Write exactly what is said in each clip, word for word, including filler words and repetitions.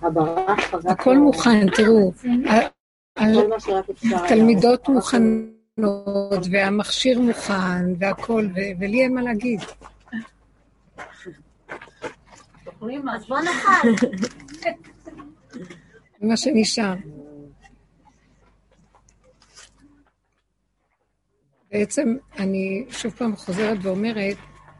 הכל מוכן, תראו. התלמידות מוכנות, והמכשיר מוכן, והכל, ולי אין מה להגיד. אז בוא נאכל. מה שנשאר. בעצם אני שוב פעם חוזרת ואומרת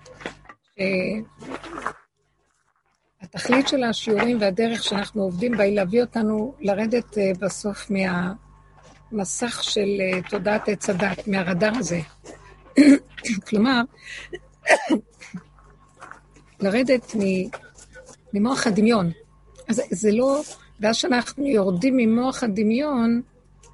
שהתכלית של השיעורים והדרך שאנחנו עובדים בה היא להביא אותנו לרדת בסוף מהמסך של תודעת עץ הדת, מהרדאר הזה. כלומר, לרדת ממוח הדמיון. אז זה לא, ואז שאנחנו יורדים ממוח הדמיון,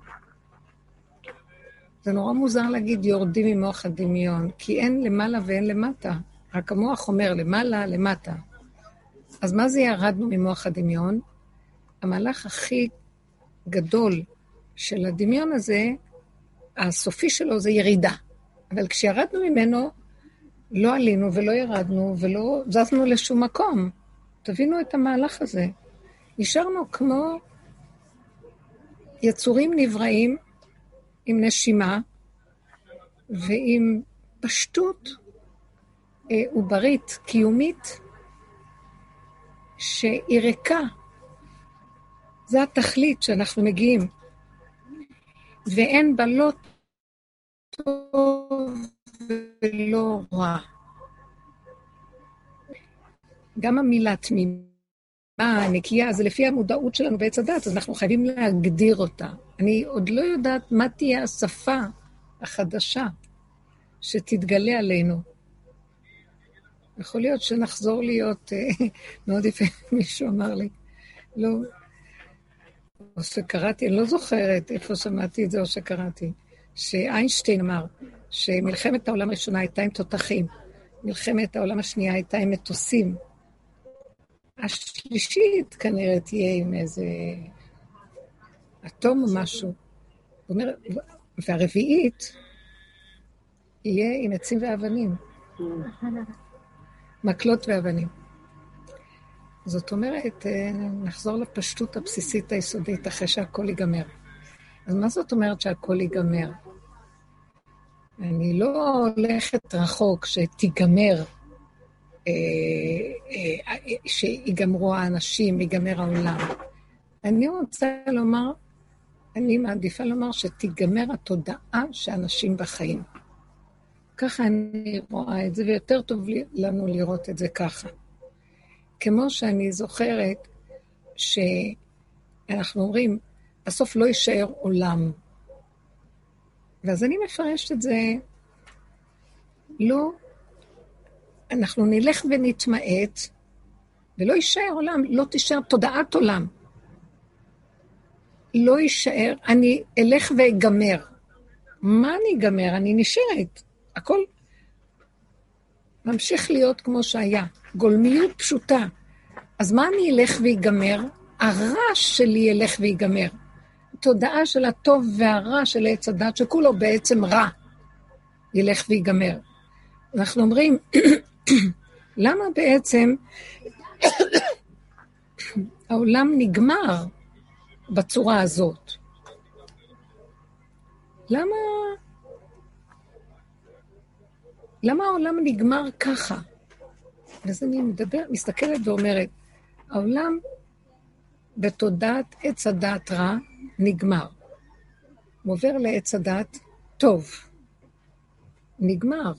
זה נורא מוזר להגיד יורדים ממוח הדמיון, כי אין למעלה ואין למטה. רק המוח אומר למעלה, למטה. אז מה זה ירדנו ממוח הדמיון? המהלך הכי גדול של הדמיון הזה, הסופי שלו זה ירידה. אבל כשירדנו ממנו, לא עלינו ולא ירדנו ולא זזנו לשום מקום. תבינו את המהלך הזה. נשארנו כמו יצורים נבראים, עם נשימה ועם פשטות אה, וברית קיומית שהיא ריקה. זה התכלית שאנחנו מגיעים. ואין בה לא טוב ולא רע. גם המילה תמימה, הנקייה, זה לפי המודעות שלנו בעץ הדת, אז אנחנו חייבים להגדיר אותה. אני עוד לא יודעת מה תהיה השפה החדשה שתתגלה עלינו. יכול להיות שנחזור להיות, מאוד יפה, מישהו אמר לי, לא, או שקראתי, אני לא זוכרת איפה שמעתי את זה או שקראתי, שאיינשטיין אמר שמלחמת העולם הראשונה הייתה עם תותחים, מלחמת העולם השנייה הייתה עם מטוסים, השלישית כנראה תהיה עם איזה אטום או משהו. אומר, והרביעית יהיה עם עצים ואבנים. מקלות ואבנים. זאת אומרת, נחזור לפשטות הבסיסית היסודית אחרי שהכל ייגמר. אז מה זאת אומרת שהכל ייגמר? אני לא הולכת רחוק שתיגמר, שיגמרו האנשים, ייגמר העולם. אני רוצה לומר, אני מעדיפה לומר שתיגמר התודעה שאנשים בחיים. ככה אני רואה את זה, ויותר טוב לנו לראות את זה ככה. כמו שאני זוכרת שאנחנו אומרים, בסוף לא יישאר עולם. ואז אני מפרשת את זה, לא, אנחנו נלך ונתמעט, ולא יישאר עולם, לא תישאר תודעת עולם. לא יישאר, אני אלך ואגמר. מה אני אגמר? אני נשארת. הכל ממשיך להיות כמו שהיה. גולמיות פשוטה. אז מה אני אלך ויגמר? הרע שלי ילך ויגמר. התודעה של הטוב והרע של עץ הדת, שכולו בעצם רע, ילך ויגמר. אנחנו אומרים, למה בעצם העולם נגמר בצורה הזאת? למה, למה העולם נגמר ככה? אז אני מדבר, מסתכלת ואומרת, העולם בתודעת עץ הדת רע נגמר. הוא עובר לעץ הדת טוב. נגמר.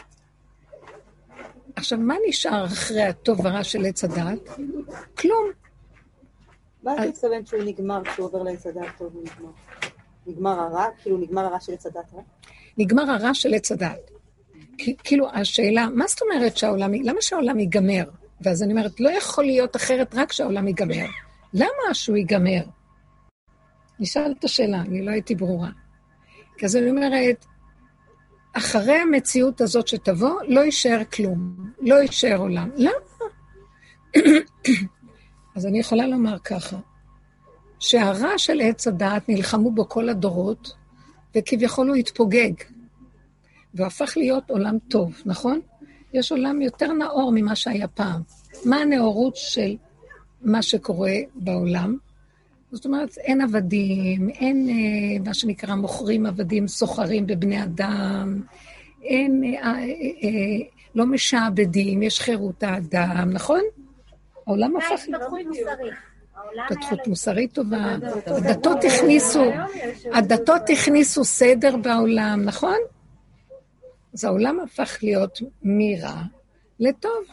עכשיו, מה נשאר אחרי הטוב ורע של עץ הדת? כלום. מה אתה מתכוון שהוא נגמר כשהוא עובר לעץ הדת טוב ונגמר? נגמר הרע? כאילו נגמר הרע של עץ הדת רע? נגמר הרע של עץ הדת. כאילו השאלה, מה זאת אומרת שהעולם, למה שהעולם ייגמר? ואז אני אומרת, לא יכול להיות אחרת רק שהעולם ייגמר. למה שהוא ייגמר? נשאל את השאלה, אני לא הייתי ברורה. כי אז אני אומרת, אחרי המציאות הזאת שתבוא, לא יישאר כלום, לא יישאר עולם. למה? אז אני יכולה לומר ככה, שהרע של עץ הדעת נלחמו בו כל הדורות, וכביכול הוא התפוגג, והפך להיות עולם טוב, נכון? יש עולם יותר נאור ממה שהיה פעם. מה הנאורות של מה שקורה בעולם. זאת אומרת, אין עבדים, אין אה, מה שנקרא מוכרים עבדים, סוחרים בבני אדם, אין, אה, אה, אה, לא משעבדים, יש חירות האדם, נכון? העולם הפך... התפתחות מוסרית טובה. הדתות הכניסו, הדתות הכניסו סדר בעולם, נכון? אז העולם הפך להיות מרע לטוב.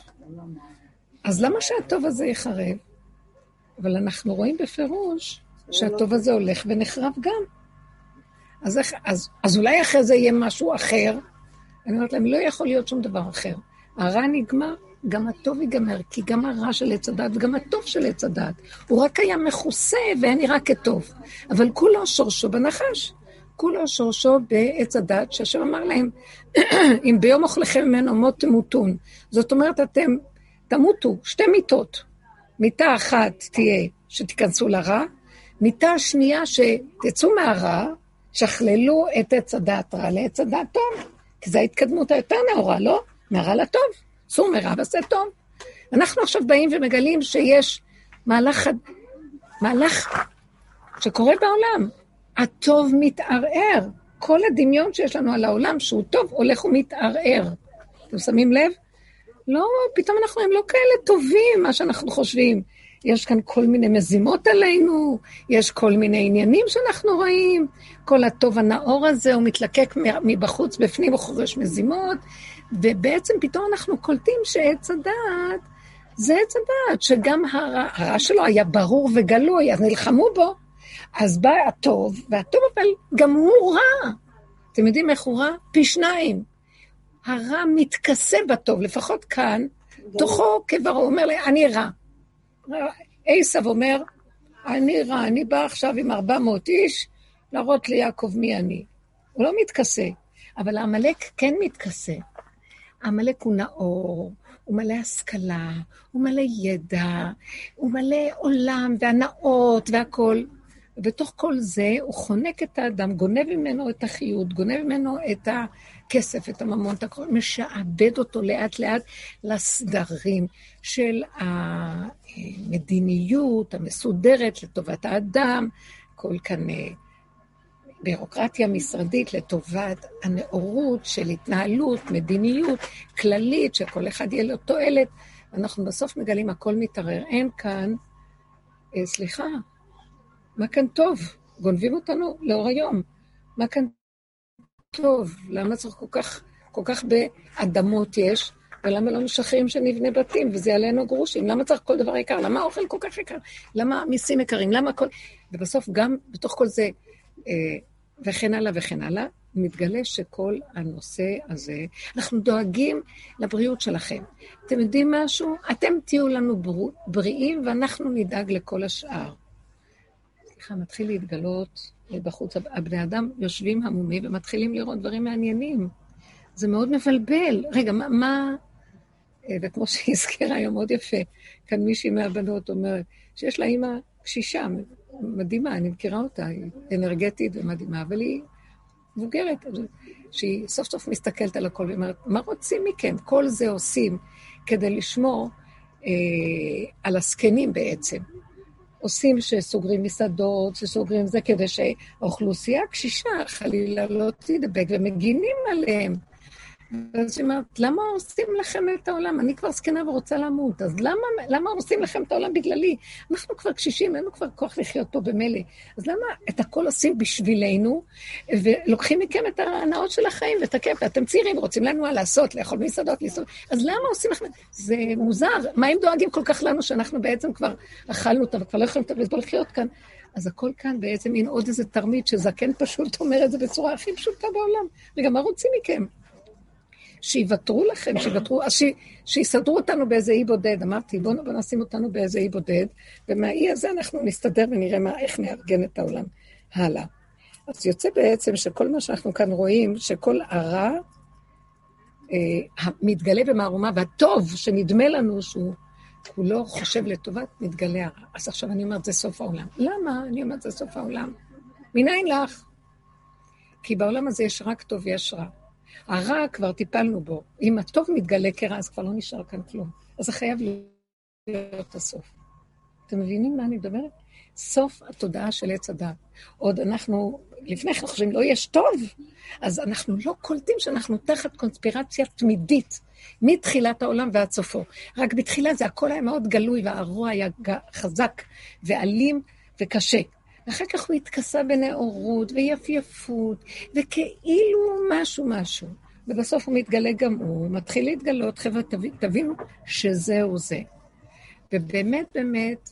אז למה שהטוב הזה יחרב? אבל אנחנו רואים בפירוש שהטוב הזה הולך ונחרב גם. אז, אז, אז אולי אחרי זה יהיה משהו אחר. אני אומרת להם, לא יכול להיות שום דבר אחר. הרע נגמר, גם הטוב ייגמר, כי גם הרע של עץ הדת וגם הטוב של עץ הדת, הוא רק היה מכוסה והיה נראה כטוב. אבל כולו שורשו בנחש. כולו שורשו בעץ הדת, שהשם אמר להם, אם ביום אוכלכם ממנו מות תמותון. זאת אומרת, אתם תמותו, שתי מיתות. מיטה אחת תהיה שתיכנסו לרע, מיטה שנייה שתצאו מהרע, שכללו את עץ הדעת רע לעץ הדעת טוב, כי זו ההתקדמות היותר נאורה, לא? מהרע לטוב, סור מרע ועשה טוב. אנחנו עכשיו באים ומגלים שיש מהלך, מהלך שקורה בעולם, הטוב מתערער, כל הדמיון שיש לנו על העולם שהוא טוב הולך ומתערער. אתם שמים לב? לא, פתאום אנחנו הם לא כאלה טובים, מה שאנחנו חושבים. יש כאן כל מיני מזימות עלינו, יש כל מיני עניינים שאנחנו רואים, כל הטוב הנאור הזה הוא מתלקק מבחוץ, בפנים הוא חורש מזימות, ובעצם פתאום אנחנו קולטים שעץ הדעת, זה עץ הדעת, שגם הרע, הרע שלו היה ברור וגלוי, אז נלחמו בו, אז בא הטוב, והטוב אבל גם הוא רע. אתם יודעים איך הוא רע? פי שניים. הרע מתכסה בטוב, לפחות כאן, תוכו כבר הוא אומר לי, אני רע. עשיו אומר, אני רע, אני בא עכשיו עם ארבע מאות איש, להראות ליעקב מי אני. הוא לא מתכסה, אבל העמלק כן מתכסה. העמלק הוא נאור, הוא מלא השכלה, הוא מלא ידע, הוא מלא עולם והנאות והכל. ובתוך כל זה הוא חונק את האדם, גונב ממנו את החיות, גונב ממנו את הכסף, את הממון, את הכל, משעבד אותו לאט לאט לסדרים של המדיניות המסודרת לטובת האדם, כל כאן בירוקרטיה משרדית לטובת הנאורות של התנהלות, מדיניות כללית, שכל אחד יהיה לו תועלת, אנחנו בסוף מגלים הכל מתערער, אין כאן, אה, סליחה, מה כאן טוב? גונבים אותנו לאור היום. מה כאן טוב? למה צריך כל כך, כל כך באדמות יש? ולמה לא משחררים שנבנה בתים? וזה עלינו גרושים. למה צריך כל דבר יקר? למה האוכל כל כך יקר? למה מיסים יקרים? למה כל... ובסוף גם בתוך כל זה, אה, וכן הלאה וכן הלאה, מתגלה שכל הנושא הזה, אנחנו דואגים לבריאות שלכם. אתם יודעים משהו? אתם תהיו לנו בריאים ואנחנו נדאג לכל השאר. סליחה, מתחיל להתגלות בחוץ, הבני אדם יושבים המומי ומתחילים לראות דברים מעניינים. זה מאוד מבלבל. רגע, מה, מה... וכמו שהזכירה היום מאוד יפה, כאן מישהי מהבנות אומרת, שיש לה אימא קשישה, מדהימה, אני מכירה אותה, היא אנרגטית ומדהימה, אבל היא מבוגרת, שהיא סוף סוף מסתכלת על הכל, ואומרת, מה רוצים מכם? כל זה עושים כדי לשמור אה, על הסקנים בעצם. עושים שסוגרים מסעדות, שסוגרים זה כדי שהאוכלוסייה הקשישה חלילה לא תדבק, ומגינים עליהם. אז היא אומרת, למה עושים לכם את העולם? אני כבר זקנה ורוצה למות, אז למה, למה עושים לכם את העולם בגללי? אנחנו כבר קשישים, אין לנו כבר כוח לחיות פה במלא. אז למה את הכל עושים בשבילנו, ולוקחים מכם את ההנאות של החיים ואת הכיף, ואתם צעירים ורוצים לנו לעשות, לאכול מסעדות, לסעוד. אז למה עושים לכם? זה מוזר. מה הם דואגים כל כך לנו שאנחנו בעצם כבר אכלנו אותם, וכבר לא יכולים לסבול לחיות כאן? אז הכל כאן בעצם אין עוד איזה תרמית, שזקן פשוט אומר את זה בצורה הכי פשוטה בעולם. וגם מה רוצים מכם? שיוותרו לכם, שיוותרו, אז ש, שיסדרו אותנו באיזה אי בודד. אמרתי, בואו בוא נשים אותנו באיזה אי בודד, ומהאי הזה אנחנו נסתדר ונראה מה, איך נארגן את העולם הלאה. אז יוצא בעצם שכל מה שאנחנו כאן רואים, שכל הרע אה, מתגלה במערומה, והטוב שנדמה לנו שהוא כולו חושב לטובת, מתגלה הרע. אז עכשיו אני אומרת, זה סוף העולם. למה? אני אומרת, זה סוף העולם. מניין לך? כי בעולם הזה יש רק טוב ויש רע. הרע כבר טיפלנו בו. אם הטוב מתגלה כרע, אז כבר לא נשאר כאן כלום. אז זה חייב להיות הסוף. אתם מבינים מה אני מדברת? סוף התודעה של עץ הדת. עוד אנחנו, לפני כן חושבים, לא יש טוב, אז אנחנו לא קולטים שאנחנו תחת קונספירציה תמידית, מתחילת העולם ועד סופו. רק בתחילה זה הכל היה מאוד גלוי, והרוע היה חזק ואלים וקשה. ואחר כך הוא התכסה בנאורות ויפייפות, וכאילו משהו משהו. ובסוף הוא מתגלה גם הוא, הוא מתחיל להתגלות, חבר'ה, תבינו שזהו זה. ובאמת, באמת,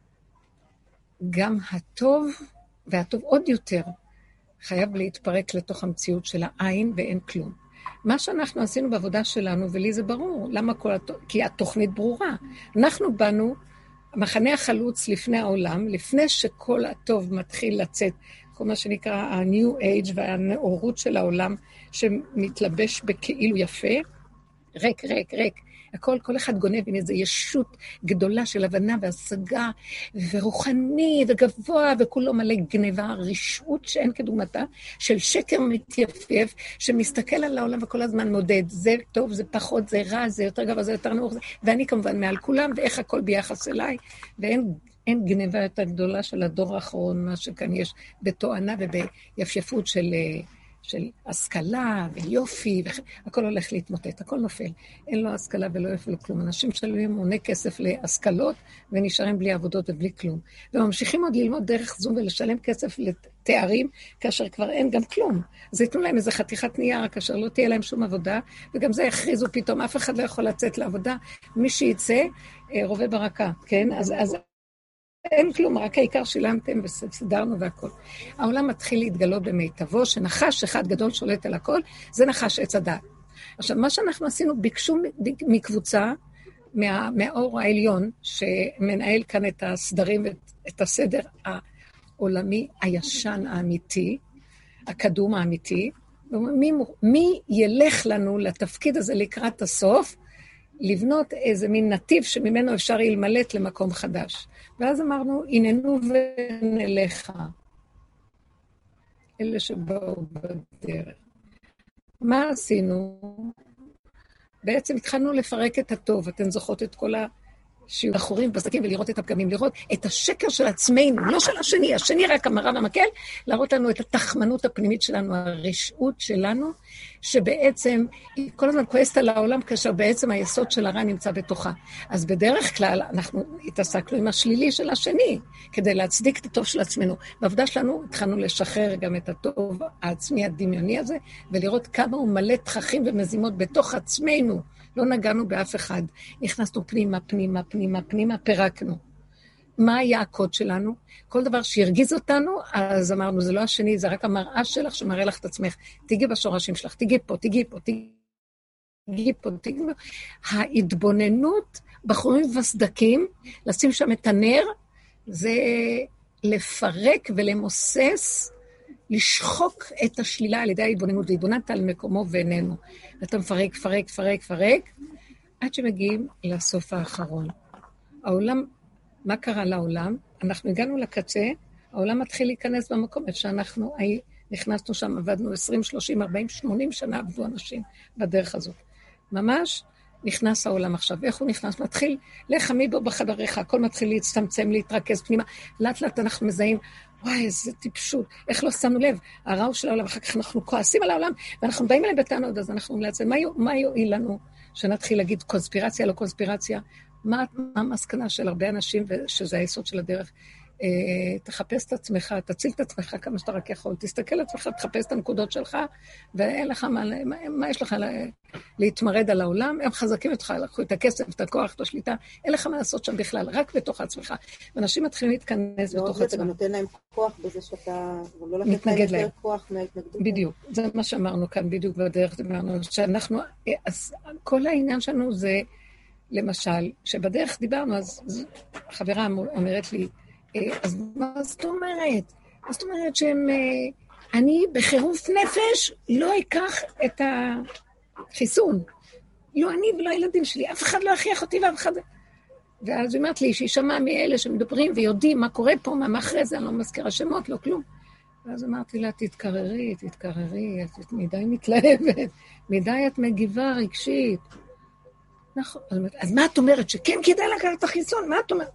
גם הטוב, והטוב עוד יותר, חייב להתפרק לתוך המציאות של העין ואין כלום. מה שאנחנו עשינו בעבודה שלנו, ולי זה ברור, למה כל הטוב? כי התוכנית ברורה. אנחנו באנו, המחנה החלוץ לפני העולם, לפני שכל הטוב מתחיל לצאת, כל מה שנקרא ה-New Age והנאורות של העולם, שמתלבש בכאילו יפה, ריק, ריק, ריק. הכל, כל אחד גונב עם איזו ישות גדולה של הבנה והשגה, ורוחני וגבוה, וכולו מלא גניבה, רשעות שאין כדוגמתה, של שקר מתייפייף, שמסתכל על העולם וכל הזמן מודד, זה טוב, זה פחות, זה רע, זה יותר גבוה, זה יותר נמוך, ואני כמובן מעל כולם, ואיך הכל ביחס אליי, ואין אין גניבה יותר גדולה של הדור האחרון, מה שכאן יש בתואנה וביפייפות של... של השכלה ויופי, הכל הולך להתמוטט, הכל נופל. אין לו השכלה ולא יופי לו כלום. אנשים שלהם מונה כסף להשכלות, ונשארים בלי עבודות ובלי כלום. וממשיכים עוד ללמוד דרך זום ולשלם כסף לתארים, כאשר כבר אין גם כלום. אז יתנו להם איזה חתיכת נייר, כאשר לא תהיה להם שום עבודה, וגם זה יכריזו פתאום, אף אחד לא יכול לצאת לעבודה. מי שיצא, רובה ברקה, כן? אז... אז אין כלום, רק העיקר שילמתם וסדרנו והכל. העולם מתחיל להתגלות במיטבו, שנחש אחד גדול שולט על הכל, זה נחש עץ הדעת. עכשיו, מה שאנחנו עשינו, ביקשו מקבוצה, מה, מהאור העליון, שמנהל כאן את הסדרים, את, את הסדר העולמי, הישן האמיתי, הקדום האמיתי, מי, מי ילך לנו לתפקיד הזה לקראת הסוף, לבנות איזה מין נתיב שממנו אפשר ילמלט למקום חדש. ואז אמרנו, הננו ונלך. אלה שבאו בדרך. מה עשינו? בעצם התחלנו לפרק את הטוב. אתן זוכרות את כל השיעורים בסדקים ולראות את הפגמים, לראות את השקר של עצמנו, לא של השני, השני רק המראה והמקל, להראות לנו את התחמנות הפנימית שלנו, הרשעות שלנו, שבעצם היא כל הזמן כועסת על העולם, כאשר בעצם היסוד של הרע נמצא בתוכה. אז בדרך כלל אנחנו התעסקנו עם השלילי של השני, כדי להצדיק את הטוב של עצמנו. בעבודה שלנו התחלנו לשחרר גם את הטוב העצמי הדמיוני הזה, ולראות כמה הוא מלא תככים ומזימות בתוך עצמנו. לא נגענו באף אחד. נכנסנו פנימה, פנימה, פנימה, פנימה, פרקנו. מה היה הקוד שלנו? כל דבר שהרגיז אותנו, אז אמרנו, זה לא השני, זה רק המראה שלך שמראה לך את עצמך. תיגי בשורשים שלך, תיגי פה, תיגי פה, תיגי פה, תיגי פה. ההתבוננות בחורים וסדקים, לשים שם את הנר, זה לפרק ולמוסס, לשחוק את השלילה על ידי ההתבוננות, והתבוננת על מקומו ואיננו. אתה מפרק, פרק, פרק, פרק, עד שמגיעים לסוף האחרון. העולם, מה קרה לעולם? אנחנו הגענו לקצה, העולם מתחיל להיכנס במקום, איפה שאנחנו נכנסנו שם, עבדנו עשרים, שלושים, ארבעים, שמונים שנה עבדו אנשים בדרך הזאת. ממש נכנס העולם עכשיו. איך הוא נכנס? מתחיל, לך עמי בו בחדריך, הכל מתחיל להצטמצם, להתרכז פנימה. לאט לאט אנחנו מזהים, וואי, איזה טיפשות, איך לא שמנו לב, הרעו של העולם, אחר כך אנחנו כועסים על העולם, ואנחנו באים אליהם בטענות, אז אנחנו לעצם, מה, מה יועיל לנו שנתחיל להגיד קונספירציה, לא קונספירציה? מה, מה המסקנה של הרבה אנשים, שזה היסוד של הדרך? אה, תחפש את עצמך, תציל את עצמך כמה שאתה רק יכול, תסתכל על עצמך, תחפש את הנקודות שלך, ואין לך מה, מה, מה יש לך לה, להתמרד על העולם, הם חזקים אותך, לקחו את הכסף, את הכוח, את השליטה, אין לך מה לעשות שם בכלל, רק בתוך עצמך. ואנשים מתחילים להתכנס בתוך עצמך. אתה גם נותן להם כוח בזה שאתה, לא לתת להם יותר כוח מההתנגדות. בדיוק, זה מה שאמרנו כאן, בדיוק בדרך, אמרנו שאנחנו, אז כל העניין שלנו זה, למשל, שבדרך דיברנו, אז חברה אומרת לי, אז מה זאת אומרת? מה זאת אומרת שהם, אני בחירוף נפש לא אקח את החיסון. לא אני ולא הילדים שלי, אף אחד לא הכריח אותי ואף אחד... ואז היא אומרת לי שהיא שמעה מאלה שמדברים ויודעים מה קורה פה, מה אחרי זה, אני לא מזכירה שמות, לא כלום. ואז אמרתי לה, תתקררי, תתקררי, את מדי מתלהבת, מדי את מגיבה רגשית. נכון, אז מה את אומרת? שכן כדאי לקחת את החיסון, מה את אומרת?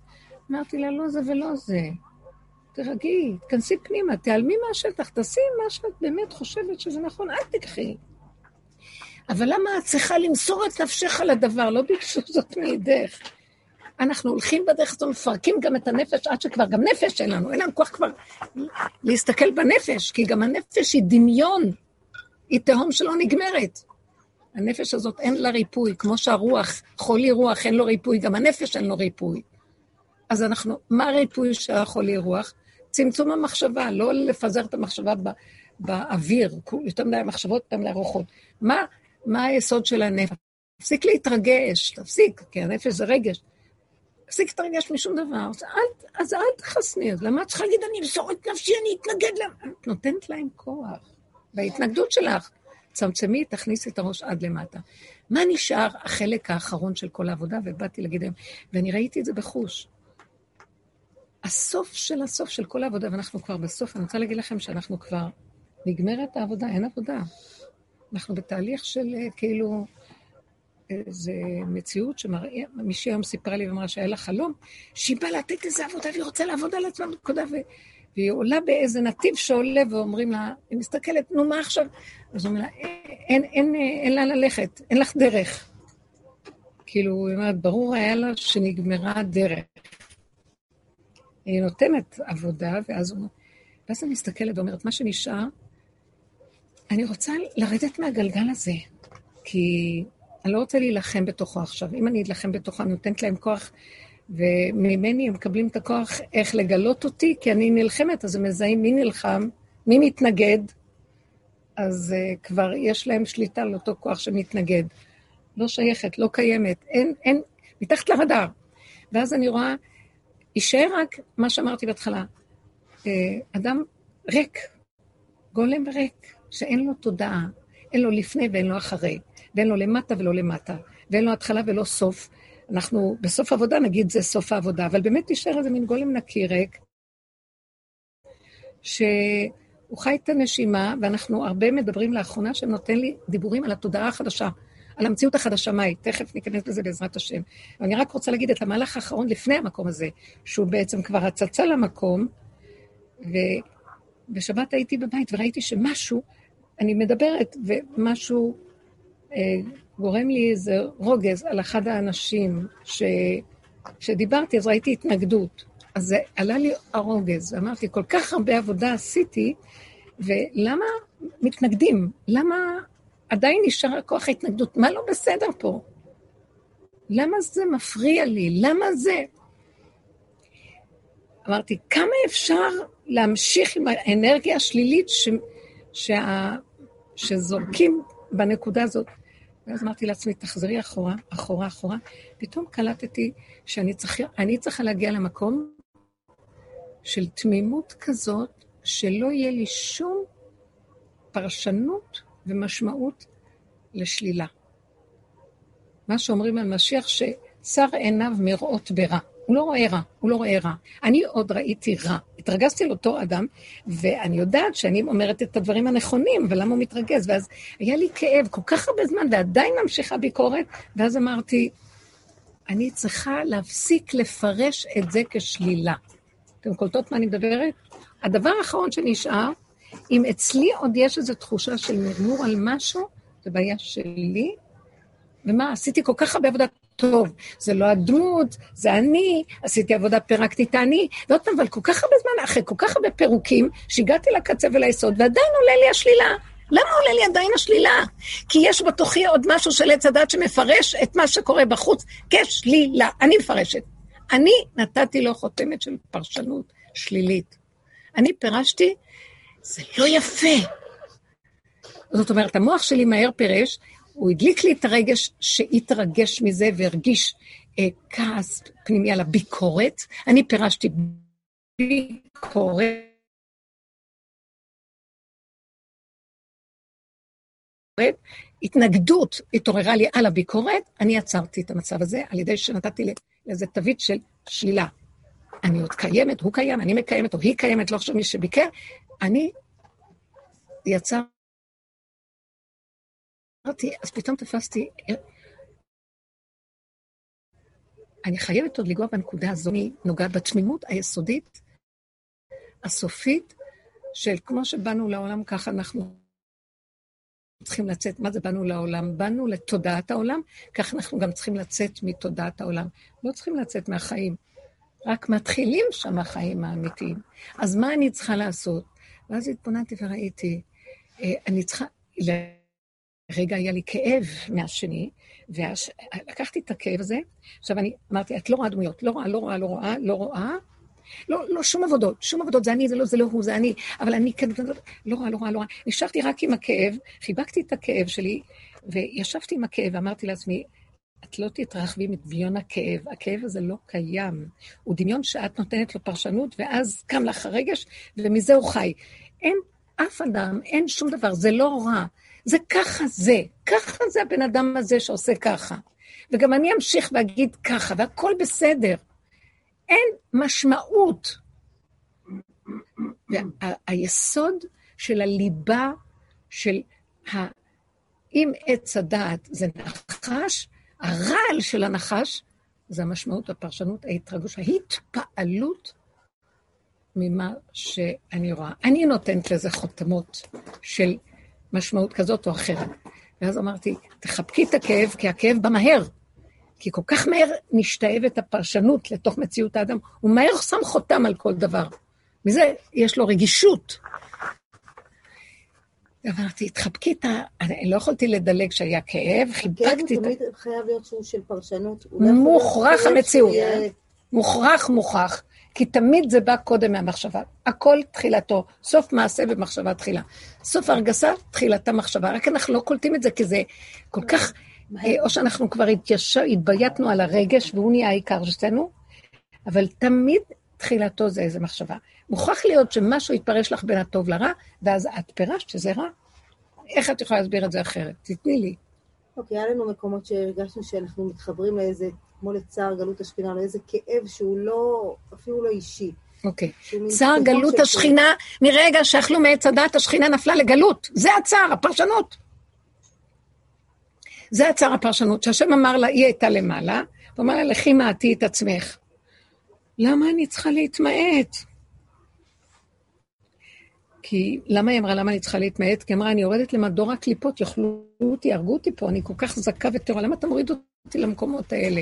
אמרתי לה, לא זה ולא זה. תרגעי, תכנסי פנימה, תעלמי מהשטח, תעשי מה שאת באמת חושבת שזה נכון, אל תקחי. אבל למה את צריכה למסור את נפשך לדבר? לא ביקשו זאת מידך. אנחנו הולכים בדרך הזאת, מפרקים גם את הנפש, עד שכבר גם נפש אין לנו, אין לנו כוח כבר להסתכל בנפש, כי גם הנפש היא דמיון, היא תהום שלא נגמרת. הנפש הזאת אין לה ריפוי, כמו שהרוח, חולי רוח אין לו ריפוי, גם הנפש אין לו ריפוי. אז אנחנו, מה הריפוי של החולי רוח? צמצום המחשבה, לא לפזר את המחשבה באוויר, יותר מדי המחשבות, יותר מדי רוחות. מה, מה היסוד של הנפש? תפסיק להתרגש, תפסיק, כי הנפש זה רגש. תפסיק להתרגש משום דבר, אז אל, אז אל תחסני, אז למה את צריכה להגיד, אני אמסור את נפשי, אני אתנגד להם? את נותנת להם כוח, בהתנגדות שלך. צמצמי, תכניסי את הראש עד למטה. מה נשאר החלק האחרון של כל העבודה? ובאתי להגיד להם, ואני ראיתי את זה בחוש. הסוף של הסוף של כל העבודה, ואנחנו כבר בסוף, אני רוצה להגיד לכם שאנחנו כבר נגמרת העבודה, אין עבודה. אנחנו בתהליך של כאילו, איזו מציאות שמראה, מישהי היום סיפרה לי ואמרה שהיה לה חלום, שהיא באה לתת איזו עבודה, והיא רוצה לעבוד על עצמה בנקודה, והיא עולה באיזה נתיב שעולה, ואומרים לה, היא מסתכלת, נו מה עכשיו? אז אומרים לה, אין, אין, אין לה ללכת, אין לך דרך. כאילו, היא אומרת, ברור היה לה שנגמרה הדרך. היא נותנת עבודה, ואז, ואז אני מסתכלת ואומרת, מה שנשאר, אני רוצה לרדת מהגלגל הזה, כי אני לא רוצה להילחם בתוכו עכשיו. אם אני אתלחם בתוכו, אני נותנת להם כוח, וממני הם מקבלים את הכוח איך לגלות אותי, כי אני נלחמת, אז הם מזהים מי נלחם, מי מתנגד, אז uh, כבר יש להם שליטה על אותו כוח שמתנגד. לא שייכת, לא קיימת, אין, אין, מתחת לרדאר. ואז אני רואה, יישאר רק מה שאמרתי בהתחלה, אדם ריק, גולם ריק, שאין לו תודעה, אין לו לפני ואין לו אחרי, ואין לו למטה ולא למטה, ואין לו התחלה ולא סוף. אנחנו בסוף העבודה נגיד זה סוף העבודה, אבל באמת תישאר איזה מין גולם נקי ריק, שהוא חי את הנשימה, ואנחנו הרבה מדברים לאחרונה שנותן לי דיבורים על התודעה החדשה, על המציאות החדשה, מהי? תכף ניכנס לזה בעזרת השם. ואני רק רוצה להגיד את המהלך האחרון לפני המקום הזה, שהוא בעצם כבר הצצה למקום, ובשבת הייתי בבית וראיתי שמשהו, אני מדברת, ומשהו אה, גורם לי איזה רוגז על אחד האנשים ש, שדיברתי, אז ראיתי התנגדות. אז זה עלה לי הרוגז, ואמרתי, כל כך הרבה עבודה עשיתי, ולמה מתנגדים? למה עדיין נשאר כוח ההתנגדות? מה לא בסדר פה? למה זה מפריע לי? למה זה? אמרתי, כמה אפשר להמשיך עם האנרגיה השלילית ש... שה... שזורקים בנקודה הזאת? ואז אמרתי לעצמי, תחזרי אחורה, אחורה, אחורה. פתאום קלטתי שאני צריכה, אני צריכה להגיע למקום של תמימות כזאת, שלא יהיה לי שום פרשנות ומשמעות לשלילה. מה שאומרים על משיח, ששר עיניו מראות ברע. הוא לא רואה רע, הוא לא רואה רע. אני עוד ראיתי רע. התרגזתי על אותו אדם, ואני יודעת שאני אומרת את הדברים הנכונים, ולמה הוא מתרגז? ואז היה לי כאב כל כך הרבה זמן, ועדיין ממשיכה ביקורת, ואז אמרתי, אני צריכה להפסיק לפרש את זה כשלילה. אתם קולטות מה אני מדברת? הדבר האחרון שנשאר, אם אצלי עוד יש איזו תחושה של מרמור על משהו, זה בעיה שלי, ומה, עשיתי כל כך הרבה עבודה טוב, זה לא הדמות, זה אני, עשיתי עבודה פרקטית אני, ועוד פעם, אבל כל כך הרבה זמן, אחרי כל כך הרבה פירוקים, שהגעתי לקצה וליסוד, ועדיין עולה לי השלילה. למה עולה לי עדיין השלילה? כי יש בתוכי עוד משהו של עץ הדת שמפרש את מה שקורה בחוץ, כשלילה, אני מפרשת. אני נתתי לו חותמת של פרשנות שלילית. אני פירשתי, זה לא יפה. זאת אומרת, המוח שלי מהר פירש, הוא הדליק לי את הרגש שהתרגש מזה והרגיש אה, כעס פנימי על הביקורת. אני פירשתי ביקורת, התנגדות התעוררה לי על הביקורת, אני עצרתי את המצב הזה על ידי שנתתי לאיזה תווית של שלילה. אני עוד קיימת, הוא קיים, אני מקיימת, או היא קיימת, לא חושב מי שביקר, אני יצרתי, אז פתאום תפסתי, אני חייבת עוד לגוע בנקודה הזו, אני נוגעת בתמימות היסודית, הסופית, של כמו שבאנו לעולם, ככה אנחנו צריכים לצאת. מה זה באנו לעולם? באנו לתודעת העולם, כך אנחנו גם צריכים לצאת מתודעת העולם. לא צריכים לצאת מהחיים, רק מתחילים שם החיים האמיתיים. אז מה אני צריכה לעשות? ואז התבוננתי וראיתי, אני צריכה, לרגע היה לי כאב מהשני, ולקחתי את הכאב הזה, עכשיו אני אמרתי, את לא רואה דמויות, לא רואה, לא רואה, לא רואה, לא רואה, לא, לא, שום עבודות, שום עבודות, זה אני, זה לא, זה לא הוא, זה אני, אבל אני כן, לא רואה, לא רואה, לא רואה, נשארתי רק עם הכאב, חיבקתי את הכאב שלי, וישבתי עם הכאב, ואמרתי לעצמי, את לא תתרחבי מדמיון הכאב, הכאב הזה לא קיים, הוא דמיון שאת נותנת לו פרשנות, ואז קם לך הרגש, ומזה הוא חי. אין אף אדם, אין שום דבר, זה לא רע, זה ככה זה, ככה זה הבן אדם הזה שעושה ככה, וגם אני אמשיך ואגיד ככה, והכל בסדר, אין משמעות. והיסוד של הליבה של ה... אם עץ הדעת זה נחש, הרעל של הנחש זה המשמעות, הפרשנות, ההתרגשות, ההתפעלות ממה שאני רואה. אני נותנת לזה חותמות של משמעות כזאת או אחרת. ואז אמרתי, תחבקי את הכאב, כי הכאב בא מהר. כי כל כך מהר נשתאבת הפרשנות לתוך מציאות האדם, הוא מהר שם חותם על כל דבר. מזה יש לו רגישות. אמרתי, התחבקי את ה... אני לא יכולתי לדלג שהיה כאב, חיבקתי את ה... הכאב הוא תמיד חייב להיות שהוא של פרשנות. מוכרח המציאות. מוכרח, מוכרח. כי תמיד זה בא קודם מהמחשבה. הכל תחילתו, סוף מעשה במחשבה תחילה. סוף הרגשה, תחילתה מחשבה. רק אנחנו לא קולטים את זה, כי זה כל כך... או שאנחנו כבר התבייתנו על הרגש, והוא נהיה העיקר שלנו, אבל תמיד תחילתו זה איזה מחשבה. מוכרח להיות שמשהו יתפרש לך בין הטוב לרע, ואז את פירשת שזה רע. איך את יכולה להסביר את זה אחרת? תתני לי. אוקיי, היה לנו מקומות שהרגשנו שאנחנו מתחברים לאיזה, כמו לצער גלות השכינה, לאיזה כאב שהוא לא, אפילו לא אישי. אוקיי. צער גלות השכינה, מרגע שאכלו מעץ הדת, השכינה נפלה לגלות. זה הצער, הפרשנות. זה הצער הפרשנות, שהשם אמר לה, היא הייתה למעלה, הוא אמר לה, לכי מעטי את עצמך. למה אני צריכה להתמעט? כי, למה היא אמרה, למה אני צריכה להתמעט? כי אמרה, אני יורדת למדור הקליפות, יאכלו אותי, יהרגו אותי פה, אני כל כך זקה וטהורה, למה אתה מוריד אותי למקומות האלה?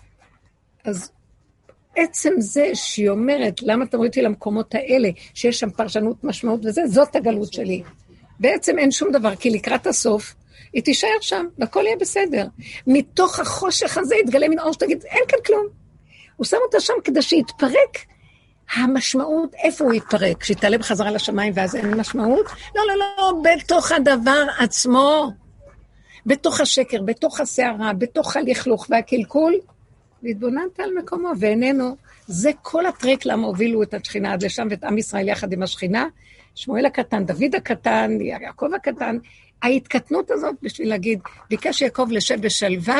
אז עצם זה שהיא אומרת, למה אתה מוריד אותי למקומות האלה, שיש שם פרשנות משמעות וזה, זאת הגלות שלי. בעצם אין שום דבר, כי לקראת הסוף, היא תישאר שם, והכל יהיה בסדר. מתוך החושך הזה יתגלה מן אור שתגיד, אין כאן כלום. הוא שם אותה שם כדי שיתפרק המשמעות, איפה הוא יתפרק? שיתעלה בחזרה לשמיים ואז אין משמעות? לא, לא, לא, בתוך הדבר עצמו, בתוך השקר, בתוך השערה, בתוך הלכלוך והקלקול, והתבוננת על מקומו, ואיננו, זה כל הטריק למה הובילו את השכינה עד לשם, ואת עם ישראל יחד עם השכינה, שמואל הקטן, דוד הקטן, יעקב הקטן, ההתקטנות הזאת בשביל להגיד, ביקש יעקב לשב בשלווה,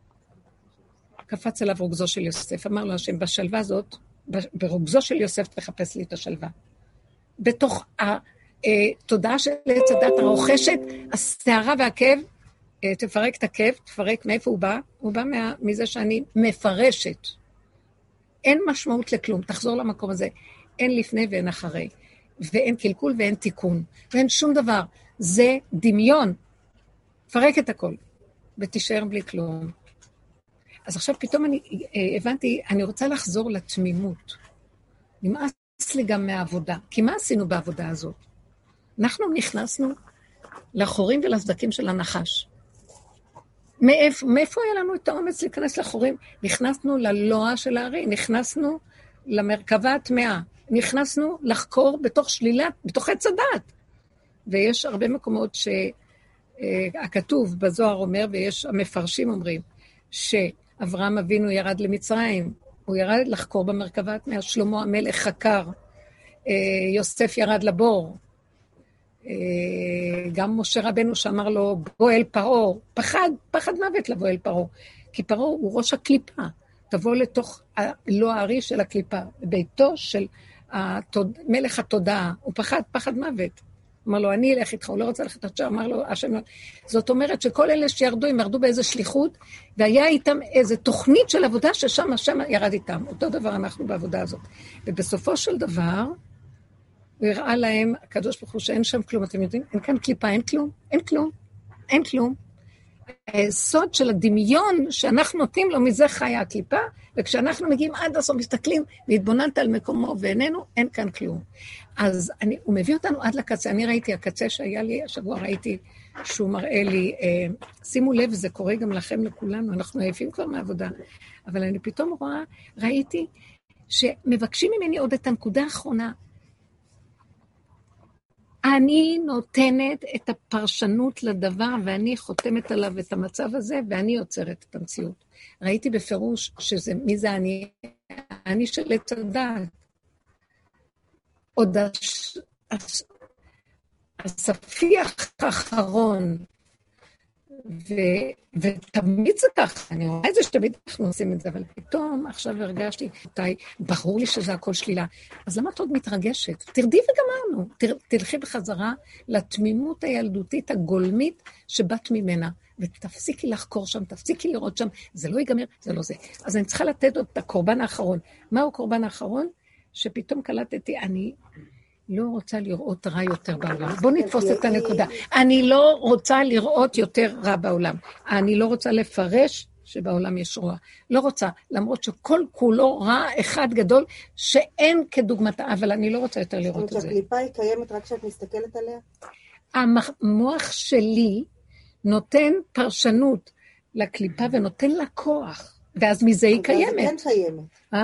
קפץ אליו רוגזו של יוסף, אמר לו השם, בשלווה הזאת, ברוגזו של יוסף תחפש לי את השלווה. בתוך התודעה של עץ הדת הרוכשת, השערה והכאב, תפרק את הכאב, תפרק מאיפה הוא בא, הוא בא מה, מזה שאני מפרשת. אין משמעות לכלום, תחזור למקום הזה, אין לפני ואין אחרי, ואין קלקול ואין תיקון, ואין שום דבר. זה דמיון, פרק את הכל, ותישאר בלי כלום. אז עכשיו פתאום אני הבנתי, אני רוצה לחזור לתמימות. נמאס לי גם מהעבודה, כי מה עשינו בעבודה הזאת? אנחנו נכנסנו לחורים ולסדקים של הנחש. מאיפה, מאיפה היה לנו את האומץ להיכנס לחורים? נכנסנו ללוע של הארי, נכנסנו למרכבה הטמאה, נכנסנו לחקור בתוך שלילת, בתוך עץ הדעת. ויש הרבה מקומות שהכתוב בזוהר אומר, ויש המפרשים אומרים, שאברהם אבינו ירד למצרים, הוא ירד לחקור במרכבה הטמאה, שלמה המלך חקר, יוסף ירד לבור, גם משה רבנו שאמר לו, בוא אל פרעה, פחד, פחד מוות לבוא אל פרעה, כי פרעה הוא ראש הקליפה, תבוא לתוך לא הארי של הקליפה, ביתו של התוד... מלך התודעה, הוא פחד, פחד מוות. אמר לו, אני אלך איתך, הוא לא רוצה ללכת עכשיו, אמר לו, השם לא. זאת אומרת שכל אלה שירדו, הם ירדו באיזו שליחות, והיה איתם איזו תוכנית של עבודה ששם השם ירד איתם. אותו דבר אנחנו בעבודה הזאת. ובסופו של דבר, הוא הראה להם, הקדוש ברוך הוא שאין שם כלום, אתם יודעים? אין כאן קליפה, אין כלום, אין כלום, אין כלום. היסוד של הדמיון שאנחנו נותנים לו, מזה חיה הקליפה, וכשאנחנו מגיעים עד הסוף, מסתכלים, והתבוננת על מקומו ואיננו, אין כאן כלום. אז אני, הוא מביא אותנו עד לקצה. אני ראיתי, הקצה שהיה לי, השבוע ראיתי שהוא מראה לי, אה, שימו לב, זה קורה גם לכם, לכולנו, אנחנו עייפים כבר מעבודה, אבל אני פתאום רואה, ראיתי שמבקשים ממני עוד את הנקודה האחרונה, אני נותנת את הפרשנות לדבר, ואני חותמת עליו את המצב הזה, ואני יוצרת את המציאות. ראיתי בפירוש שזה, מי זה אני? אני של עץ הדעת. עוד הש, הש, הספיח האחרון, ו, ותמיד זה כך, אני רואה את זה שתמיד אנחנו עושים את זה, אבל פתאום עכשיו הרגשתי, אותי, ברור לי שזה הכל שלילה, אז למה את עוד מתרגשת? תרדי וגמרנו, תר, תלכי בחזרה לתמימות הילדותית הגולמית שבאת ממנה, ותפסיקי לחקור שם, תפסיקי לראות שם, זה לא ייגמר, זה לא זה. אז אני צריכה לתת את הקורבן האחרון. מהו הקורבן האחרון? שפתאום קלטתי, אני לא רוצה לראות רע יותר בעולם. בוא נתפוס את הנקודה. אני לא רוצה לראות יותר רע בעולם. אני לא רוצה לפרש שבעולם יש רוע. לא רוצה, למרות שכל כולו רע אחד גדול, שאין כדוגמתה, אבל אני לא רוצה יותר לראות את זה. זאת אומרת שהקליפה היא קיימת רק כשאת מסתכלת עליה? המוח שלי נותן פרשנות לקליפה ונותן לה כוח, ואז מזה היא קיימת. אז היא כן קיימת. אה?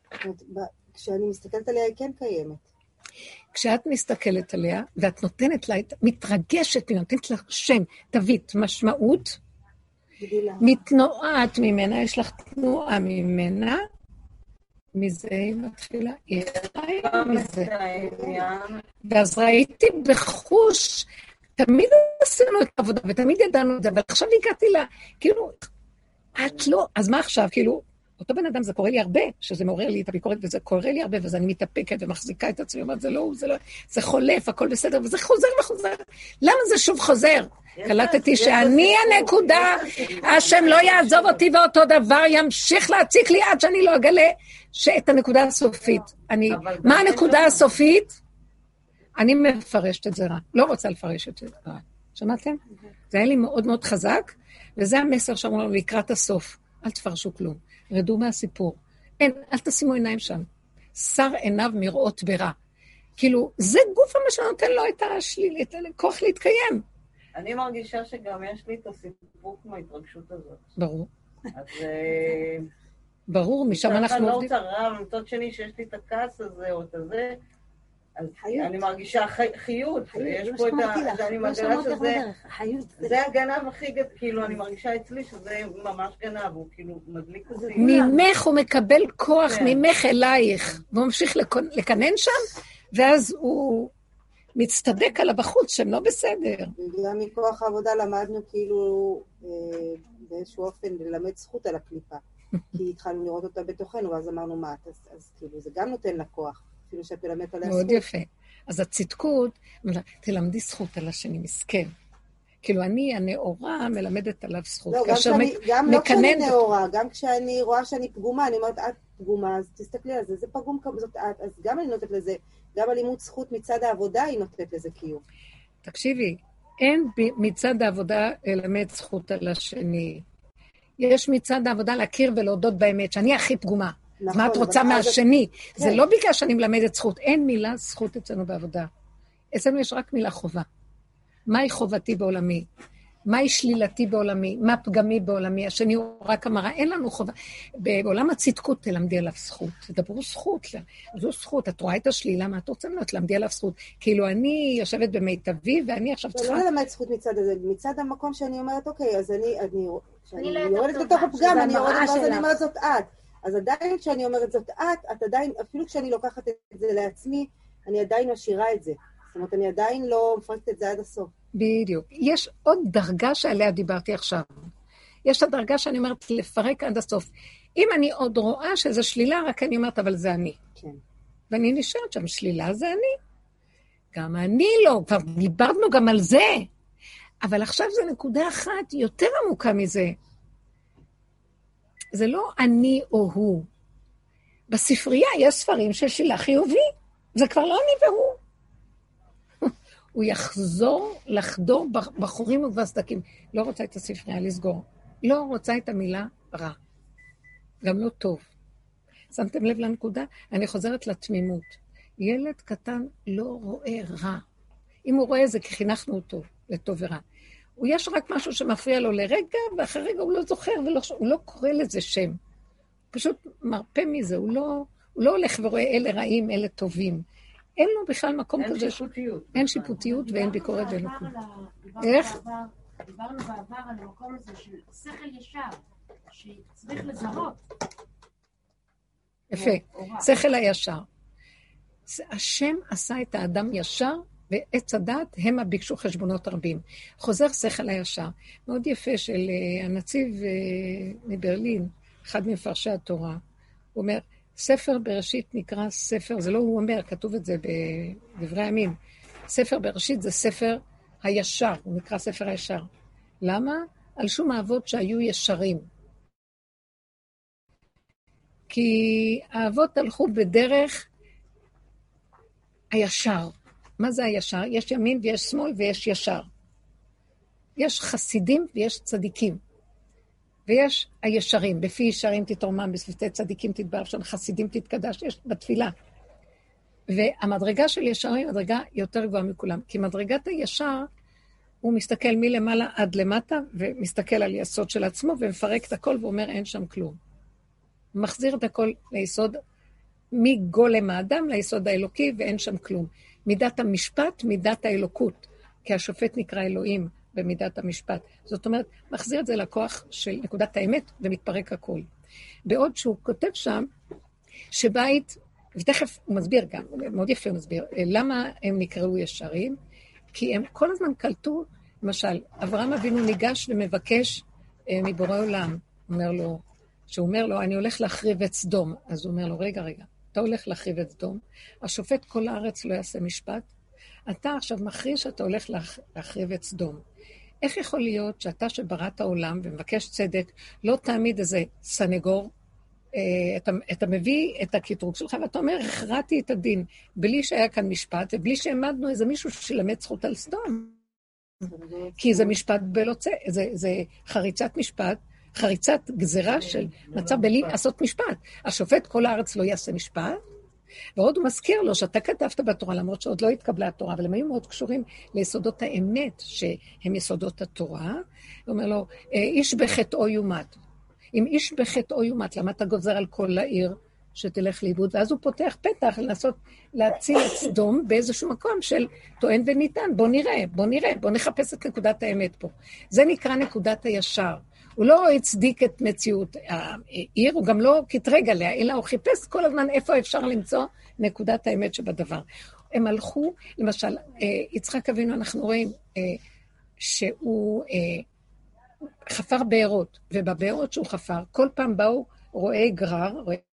כשאני מסתכלת עליה היא כן קיימת. כשאת מסתכלת עליה, ואת נותנת לה, מתרגשת, ונותנת לה שם, תווית, משמעות, גדילה. מתנועת ממנה, יש לך תנועה ממנה, מזה היא מתחילה, היא חיה מזה. ואז ראיתי בחוש, תמיד עשינו את העבודה, ותמיד ידענו את זה, אבל עכשיו הגעתי לה, כאילו, את לא, אז מה עכשיו, כאילו, אותו בן אדם, זה קורה לי הרבה, שזה מעורר לי את הביקורת, וזה קורה לי הרבה, ואז אני מתאפקת ומחזיקה את עצמי, אומרת, זה לא, זה לא, זה חולף, הכל בסדר, וזה חוזר וחוזר. למה זה שוב חוזר? קלטתי שאני הנקודה, השם לא יעזוב אותי, ואותו דבר ימשיך להציק לי, עד שאני לא אגלה שאת הנקודה הסופית. אני, מה הנקודה הסופית? אני מפרשת את זה רע. לא רוצה לפרש את זה רע. שמעתם? זה היה לי מאוד מאוד חזק, וזה המסר שאמרו לנו לקראת הסוף. אל תפרשו כלום. רדו מהסיפור. אין, אל תשימו עיניים שם. שר עיניו מראות ברע. כאילו, זה גוף מה שנותן לו את השליל, את הכוח להתקיים. אני מרגישה שגם יש לי את הסיפור כמו ההתרגשות הזאת. ברור. אז... ברור, משם אנחנו עובדים. אני לא רוצה רע, מצד שני שיש לי את הכעס הזה או את הזה, אז אני מרגישה חיות, יש פה את ה... אני מרגישה שזה... זה הגנב הכי גדול, כאילו אני מרגישה אצלי שזה ממש גנב, הוא כאילו מדליק אותי. ממך הוא מקבל כוח, ממך אלייך, והוא ממשיך לקנן שם, ואז הוא מצטדק על הבחוץ שהם לא בסדר. וגם מכוח העבודה למדנו כאילו באיזשהו אופן ללמד זכות על הקליפה, כי התחלנו לראות אותה בתוכנו, ואז אמרנו מה, אז כאילו זה גם נותן לה כוח. אפילו שאת מלמדת עליה זכות. מאוד יפה. אז הצדקות, תלמדי זכות על השני, מסכן. כאילו אני הנאורה מלמדת עליו זכות. לא, גם, שאני, גם לא כשאני נאורה, גם כשאני רואה שאני פגומה, אני אומרת, את פגומה, אז תסתכלי על זה, זה פגום כזאת את, אז גם אני נותנת לזה, גם אלימות זכות מצד העבודה היא נותנת לזה קיום. תקשיבי, אין מצד העבודה ללמד זכות על השני. יש מצד העבודה להכיר ולהודות באמת, שאני הכי פגומה. נכון, מה את רוצה מהשני? כן. זה לא בגלל שאני מלמדת זכות. אין מילה זכות אצלנו בעבודה. אצלנו יש רק מילה חובה. מהי חובתי בעולמי? מהי שלילתי בעולמי? מה פגמי בעולמי? השני הוא רק המראה. אין לנו חובה. בעולם הצדקות תלמדי עליו זכות. תדברו זכות. זו זכות. את רואה את השלילה, מה את רוצה ממנו? תלמדי עליו זכות. כאילו אני יושבת במיטבי, ואני עכשיו צריכה... לא ללמד זכות מצד הזה. מצד המקום שאני אומרת, אוקיי, אז אני... אני יורדת לתוך הפגם, אני יורדת ואז אני אומרת זאת את. אז עדיין כשאני אומרת זאת את, את עדיין, אפילו כשאני לוקחת את זה לעצמי, אני עדיין משאירה את זה. זאת אומרת, אני עדיין לא מפרקת את זה עד הסוף. בדיוק. יש עוד דרגה שעליה דיברתי עכשיו. יש את הדרגה שאני אומרת לפרק עד הסוף. אם אני עוד רואה שזה שלילה, רק אני אומרת, אבל זה אני. כן. ואני נשארת שם, שלילה זה אני. גם אני לא, כבר דיברנו גם על זה. אבל עכשיו זו נקודה אחת יותר עמוקה מזה. זה לא אני או הוא. בספרייה יש ספרים של שאלה חיובי. זה כבר לא אני והוא. הוא יחזור לחדור בחורים ובסדקים. לא רוצה את הספרייה לסגור. לא רוצה את המילה רע. גם לא טוב. שמתם לב לנקודה? אני חוזרת לתמימות. ילד קטן לא רואה רע. אם הוא רואה זה כי חינכנו אותו לטוב ורע. הוא יש רק משהו שמפריע לו לרגע, ואחרי רגע הוא לא זוכר, ולא, הוא לא קורא לזה שם. פשוט מרפא מזה, הוא לא, הוא לא הולך ורואה אלה רעים, אלה טובים. אין לו בכלל מקום אין כזה. שיפוטיות. אין שיפוטיות ואין ביקורת ואין כלום. איך? דיברנו בעבר על המקום הזה של שכל ישר, שצריך לזהות. יפה, שכל הישר. השם עשה את האדם ישר, ועץ הדת הם הביקשו חשבונות רבים. חוזר שכל הישר. מאוד יפה של uh, הנציב uh, מברלין, אחד ממפרשי התורה. הוא אומר, ספר בראשית נקרא ספר, זה לא הוא אומר, כתוב את זה בדברי הימים. ספר בראשית זה ספר הישר, הוא נקרא ספר הישר. למה? על שום האבות שהיו ישרים. כי האבות הלכו בדרך הישר. מה זה הישר? יש ימין ויש שמאל ויש ישר. יש חסידים ויש צדיקים. ויש הישרים. בפי ישרים תתרומם, בשפתי צדיקים תתברך, של חסידים תתקדש, יש בתפילה. והמדרגה של ישרים היא מדרגה יותר גבוהה מכולם. כי מדרגת הישר, הוא מסתכל מלמעלה עד למטה, ומסתכל על יסוד של עצמו, ומפרק את הכל ואומר אין שם כלום. הוא מחזיר את הכל ליסוד, מגולם האדם ליסוד האלוקי, ואין שם כלום. מידת המשפט, מידת האלוקות, כי השופט נקרא אלוהים במידת המשפט. זאת אומרת, מחזיר את זה לכוח של נקודת האמת, ומתפרק הכל. בעוד שהוא כותב שם, שבית, ותכף הוא מסביר גם, מאוד יפה הוא מסביר, למה הם נקראו ישרים? כי הם כל הזמן קלטו, למשל, אברהם אבינו ניגש ומבקש אה, מבורא עולם, אומר לו, שהוא אומר לו, אני הולך להחריב את סדום. אז הוא אומר לו, רגע, רגע, אתה הולך להחריב את סדום, השופט כל הארץ לא יעשה משפט, אתה עכשיו מכריז שאתה הולך להחריב את סדום. איך יכול להיות שאתה שבראת העולם ומבקש צדק, לא תעמיד איזה סנגור, אתה, אתה מביא את הקטרוג שלך, ואתה אומר, הכרעתי את הדין, בלי שהיה כאן משפט, ובלי שהעמדנו איזה מישהו שלמד זכות על סדום. כי זה משפט בלוצה, זה, זה חריצת משפט, חריצת גזירה של מצב בלי לעשות משפט. השופט כל הארץ לא יעשה משפט, ועוד הוא מזכיר לו שאתה כתבת בתורה, למרות שעוד לא התקבלה התורה, אבל הם היו מאוד קשורים ליסודות האמת, שהם יסודות התורה. הוא אומר לו, איש בחטאו יומת. אם איש בחטאו יומת, למה אתה גוזר על כל העיר שתלך לאיבוד? ואז הוא פותח פתח לנסות להציל את סדום באיזשהו מקום של טוען וניתן. בוא נראה, בוא נראה, בוא נחפש את נקודת האמת פה. זה נקרא נקודת הישר. הוא לא הצדיק את מציאות העיר, הוא גם לא קטרג עליה, אלא הוא חיפש כל הזמן איפה אפשר למצוא נקודת האמת שבדבר. הם הלכו, למשל, יצחק אבינו, אנחנו רואים שהוא חפר בארות, ובבארות שהוא חפר, כל פעם באו רואי גרר,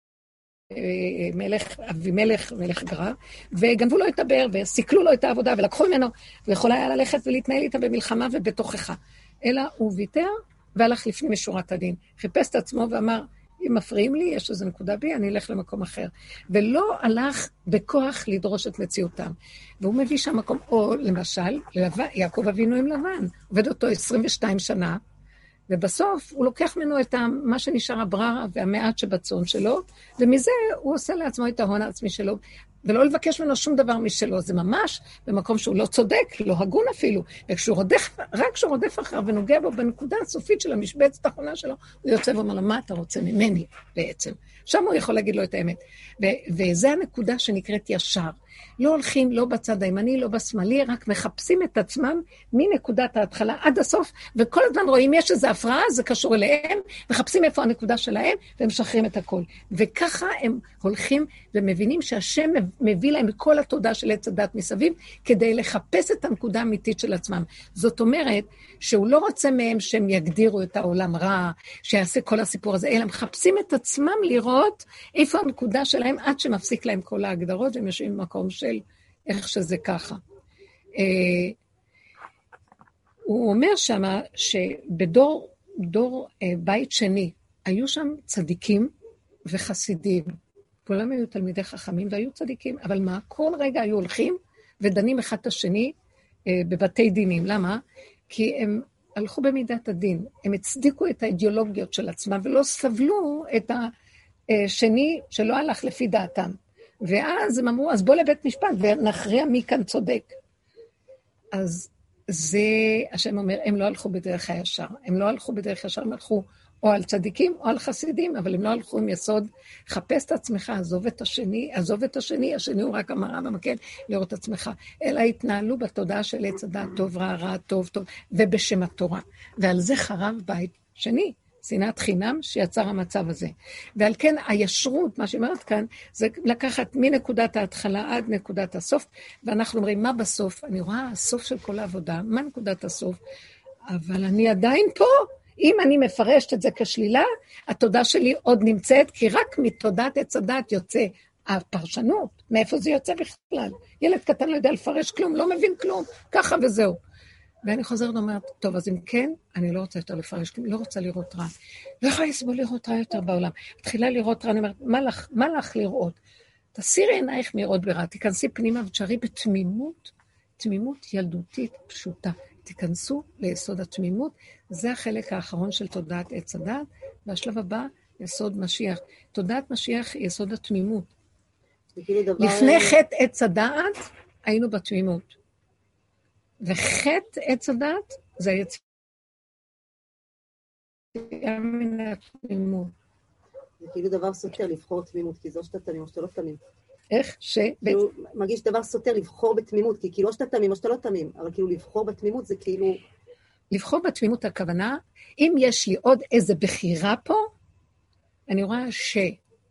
מלך, אבי מלך, מלך גרר, וגנבו לו את הבאר, וסיכלו לו את העבודה, ולקחו ממנו, ויכול היה ללכת ולהתנהל איתה במלחמה ובתוכחה. אלא הוא ויתר, והלך לפני משורת הדין. חיפש את עצמו ואמר, אם מפריעים לי, יש איזו נקודה בי, אני אלך למקום אחר. ולא הלך בכוח לדרוש את מציאותם. והוא מביא שם מקום, או למשל, ללבן, יעקב אבינו עם לבן, עובד אותו עשרים ושתיים שנה, ובסוף הוא לוקח ממנו את מה שנשאר הבררה והמעט שבצון שלו, ומזה הוא עושה לעצמו את ההון העצמי שלו, ולא לבקש ממנו שום דבר משלו, זה ממש במקום שהוא לא צודק, לא הגון אפילו, וכשהוא רודף, רק כשהוא רודף אחר ונוגע בו בנקודה הסופית של המשבצת האחרונה שלו, הוא יוצא ואומר לו, מה אתה רוצה ממני בעצם? שם הוא יכול להגיד לו את האמת. ו- וזה הנקודה שנקראת ישר. לא הולכים, לא בצד הימני, לא בשמאלי, רק מחפשים את עצמם מנקודת ההתחלה עד הסוף, וכל הזמן רואים, יש איזו הפרעה, זה קשור אליהם, מחפשים איפה הנקודה שלהם, והם משחררים את הכל. וככה הם הולכים ומבינים שהשם מביא להם כל התודה של עץ הדת מסביב, כדי לחפש את הנקודה האמיתית של עצמם. זאת אומרת, שהוא לא רוצה מהם שהם יגדירו את העולם רע, שיעשה כל הסיפור הזה, אלא מחפשים את עצמם לראות איפה הנקודה שלהם, עד שמפסיק להם כל ההגדרות, והם יושבים במקום של איך שזה ככה. אה, הוא אומר שמה שבדור דור אה, בית שני, היו שם צדיקים וחסידים. כולם היו תלמידי חכמים והיו צדיקים, אבל מה? כל רגע היו הולכים ודנים אחד את השני אה, בבתי דינים. למה? כי הם הלכו במידת הדין. הם הצדיקו את האידיאולוגיות של עצמם ולא סבלו את השני שלא הלך לפי דעתם. ואז הם אמרו, אז בוא לבית משפט ונכריע מי כאן צודק. אז זה, השם אומר, הם לא הלכו בדרך הישר. הם לא הלכו בדרך הישר, הם הלכו או על צדיקים או על חסידים, אבל הם לא הלכו עם יסוד, חפש את עצמך, עזוב את השני, עזוב את השני, השני הוא רק המראה במקל, לראות את עצמך. אלא התנהלו בתודעה של עץ הדעת, טוב, רע, רע, טוב, טוב, ובשם התורה. ועל זה חרב בית שני. שנאת חינם שיצר המצב הזה. ועל כן הישרות, מה שאומרת כאן, זה לקחת מנקודת ההתחלה עד נקודת הסוף, ואנחנו אומרים, מה בסוף? אני רואה הסוף של כל העבודה, מה נקודת הסוף? אבל אני עדיין פה, אם אני מפרשת את זה כשלילה, התודה שלי עוד נמצאת, כי רק מתודעת עץ הדעת יוצא הפרשנות, מאיפה זה יוצא בכלל? ילד קטן לא יודע לפרש כלום, לא מבין כלום, ככה וזהו. ואני חוזרת ואומרת, טוב, אז אם כן, אני לא רוצה יותר לפרש, לא רוצה לראות רע. לא יכולה לסבול לראות רע יותר בעולם. התחילה לראות רע, אני אומרת, מה לך, מה לך לראות? תסירי עינייך מראות ברע, תיכנסי פנימה ותשארי בתמימות, תמימות ילדותית פשוטה. תיכנסו ליסוד התמימות, זה החלק האחרון של תודעת עץ הדעת, והשלב הבא, יסוד משיח. תודעת משיח היא יסוד התמימות. לפני חטא עץ הדעת, היינו בתמימות. וחטא עץ הדעת זה היציאה מן התמימות. זה כאילו דבר סותר לבחור תמימות, כי זו שאתה תמים או שאתה לא תמים. איך? ש... כאילו מרגיש דבר סותר לבחור בתמימות, כי כאילו שאתה תמים או שאתה לא תמים, אבל כאילו לבחור בתמימות זה כאילו... לבחור בתמימות הכוונה, אם יש לי עוד איזה בחירה פה, אני רואה שעץ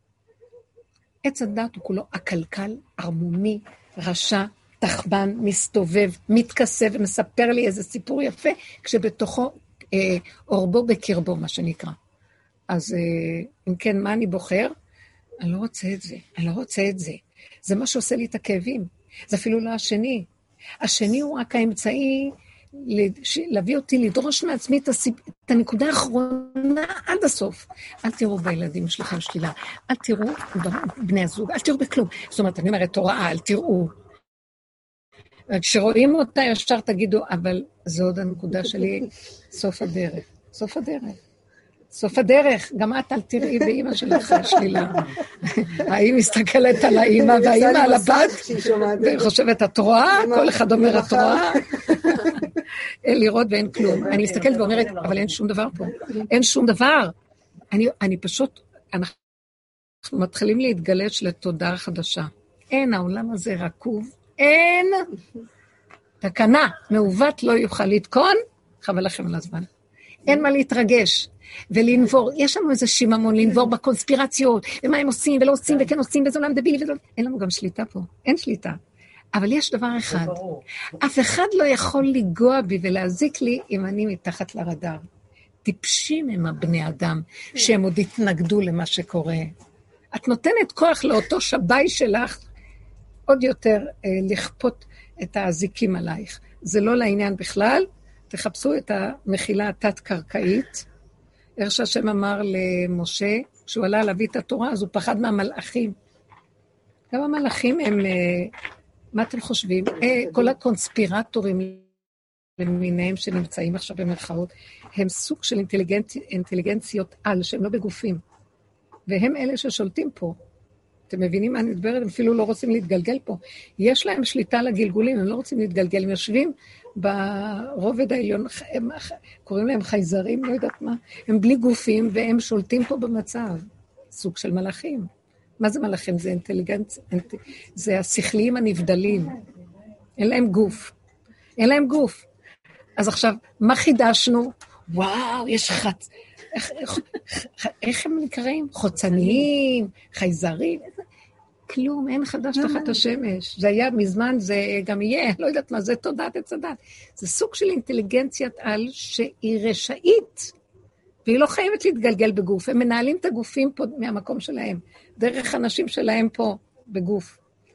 הדעת הוא כולו הקלקל, ערמומי, רשע, תחבן, מסתובב, מתכסה ומספר לי איזה סיפור יפה, כשבתוכו אה, אורבו בקרבו, מה שנקרא. אז אה, אם כן, מה אני בוחר? אני לא רוצה את זה, אני לא רוצה את זה. זה מה שעושה לי את הכאבים. זה אפילו לא השני. השני הוא רק האמצעי להביא אותי, לדרוש מעצמי את, הסיפ... את הנקודה האחרונה עד הסוף. אל תראו בילדים שלכם שלילה, אל תראו בני הזוג, אל תראו בכלום. זאת אומרת, אני אומרת, תוראה, אל תראו. כשרואים אותה, ישר תגידו, אבל זו עוד הנקודה שלי, סוף הדרך. סוף הדרך. סוף הדרך. גם את אל תראי באמא שלך שלילה. האמא מסתכלת על האמא, והאמא על הבת, וחושבת, את רואה? כל אחד אומר, את רואה? אין לראות ואין כלום. אני מסתכלת ואומרת, אבל אין שום דבר פה. אין שום דבר. אני פשוט, אנחנו מתחילים להתגלש לתודעה חדשה. אין, העולם הזה רקוב. אין תקנה, מעוות לא יוכל לתקון, חבל לכם על הזמן. אין מה להתרגש ולנבור, יש לנו איזה שיממון לנבור בקונספירציות, ומה הם עושים ולא עושים וכן עושים, וזה עולם דבילי ולא... אין לנו גם שליטה פה, אין שליטה. אבל יש דבר אחד, אף אחד לא יכול לגוע בי ולהזיק לי אם אני מתחת לרדאר. טיפשים הם הבני אדם שהם עוד התנגדו למה שקורה. את נותנת כוח לאותו שבי שלך, עוד יותר אה, לכפות את הזיקים עלייך. זה לא לעניין בכלל, תחפשו את המחילה התת-קרקעית, איך שהשם אמר למשה, כשהוא עלה להביא את התורה, אז הוא פחד מהמלאכים. גם המלאכים הם, אה, מה אתם חושבים? אה, כל הקונספירטורים למיניהם שנמצאים עכשיו במרכאות, הם סוג של אינטליגנצ... אינטליגנציות על, שהם לא בגופים. והם אלה ששולטים פה. אתם מבינים מה אני מדברת? הם אפילו לא רוצים להתגלגל פה. יש להם שליטה לגלגולים, הם לא רוצים להתגלגל, הם יושבים ברובד העליון, הם קוראים להם חייזרים, לא יודעת מה, הם בלי גופים והם שולטים פה במצב, סוג של מלאכים. מה זה מלאכים? זה אינטליגנציה, זה השכליים הנבדלים. אין להם גוף. אין להם גוף. אז עכשיו, מה חידשנו? וואו, יש חץ... איך, איך, איך הם נקראים? חוצניים, חייזרים, כלום, אין חדש תחת השמש. זה היה מזמן, זה גם יהיה, לא יודעת מה, זה תודעת עץ הדעת. זה סוג של אינטליגנציית על שהיא רשאית, והיא לא חייבת להתגלגל בגוף. הם מנהלים את הגופים פה מהמקום שלהם, דרך אנשים שלהם פה בגוף.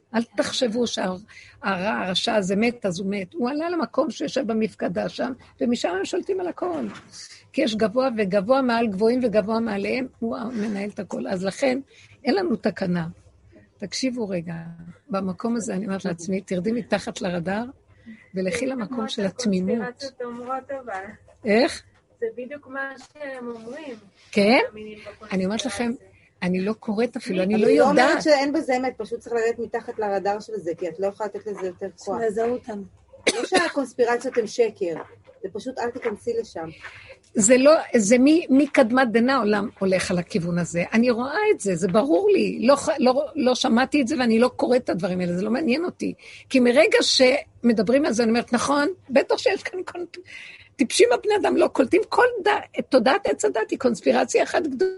אל תחשבו שהרע, הרשע הזה מת, אז הוא מת. הוא עלה למקום שיושב במפקדה שם, ומשם הם שולטים על הכל. כי יש גבוה וגבוה מעל גבוהים וגבוה מעליהם, הוא מנהל את הכל. אז לכן, אין לנו תקנה. תקשיבו רגע, במקום הזה אני אומרת לעצמי, תרדי מתחת לרדאר, ולכי למקום של התמימות. קונספירציות אומרות אבל. איך? זה בדיוק מה שהם אומרים. כן? אני אומרת לכם, אני לא קוראת אפילו, אני לא יודעת. אני לא אומרת שאין בזה אמת, פשוט צריך לרדת מתחת לרדאר של זה, כי את לא יכולה לתת לזה יותר כוח. לעזור אותם. לא שהקונספירציות הן שקר, זה פשוט אל תכנסי לשם. זה לא, זה מי, מי קדמת דנה העולם הולך על הכיוון הזה. אני רואה את זה, זה ברור לי. לא, לא, לא שמעתי את זה ואני לא קוראת את הדברים האלה, זה לא מעניין אותי. כי מרגע שמדברים על זה, אני אומרת, נכון, בטח שיש כאן כל... טיפשים הבני אדם, לא קולטים כל ד... תודעת עץ הדת היא קונספירציה אחת גדולה.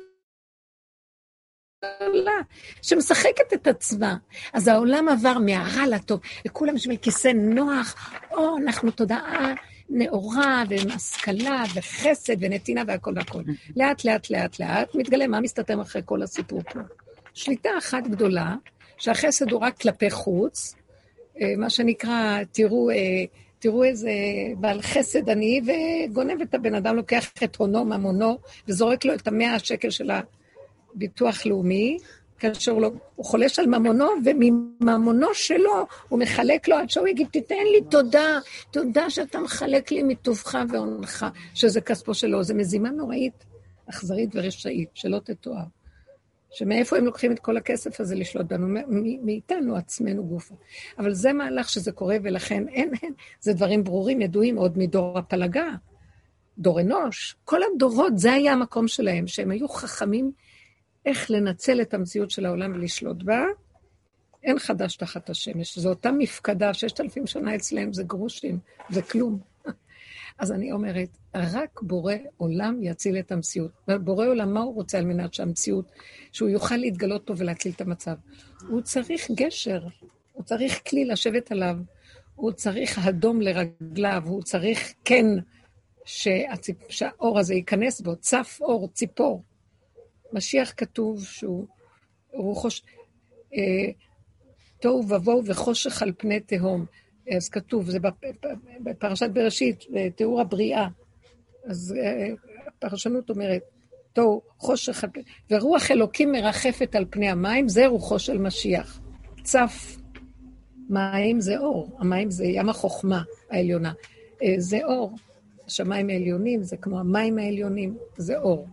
שמשחקת את עצמה. אז העולם עבר מהרע לטוב, וכולם בשביל כיסא נוח, או אנחנו תודעה נאורה ומשכלה וחסד ונתינה והכל והכל. לאט לאט לאט לאט מתגלה מה מסתתר אחרי כל הסיפור פה. שליטה אחת גדולה, שהחסד הוא רק כלפי חוץ, מה שנקרא, תראו, תראו איזה בעל חסד עני, וגונב את הבן אדם, לוקח את הונו, ממונו, וזורק לו את המאה השקל של הביטוח לאומי, כאשר הוא, הוא חולש על ממונו, ומממונו שלו הוא מחלק לו, עד שהוא יגיד, תתן לי תודה, תודה שאתה מחלק לי מטובך ועונך, שזה כספו שלו, זה מזימה נוראית, אכזרית ורשעית, שלא תתואר. שמאיפה הם לוקחים את כל הכסף הזה לשלוט בנו, מאיתנו עצמנו גופה. אבל זה מהלך שזה קורה, ולכן אין, אין, זה דברים ברורים, ידועים עוד מדור הפלגה, דור אנוש, כל הדורות, זה היה המקום שלהם, שהם היו חכמים, איך לנצל את המציאות של העולם ולשלוט בה, אין חדש תחת השמש. זו אותה מפקדה, ששת אלפים שנה אצלם, זה גרושים, זה כלום. אז אני אומרת, רק בורא עולם יציל את המציאות. בורא עולם, מה הוא רוצה על מנת שהמציאות, שהוא יוכל להתגלות טוב ולהציל את המצב? הוא צריך גשר, הוא צריך כלי לשבת עליו, הוא צריך אדום לרגליו, הוא צריך כן שהציפ... שהאור הזה ייכנס בו, צף אור, ציפור. משיח כתוב שהוא חוש... אה, תוהו ובוהו וחושך על פני תהום. אז כתוב, זה בפרשת בראשית, תיאור הבריאה. אז הפרשנות אומרת, תוהו, חושך על פני... ורוח אלוקים מרחפת על פני המים, זה רוחו של משיח. צף. מים זה אור, המים זה ים החוכמה העליונה. זה אור. השמיים העליונים, זה כמו המים העליונים, זה אור.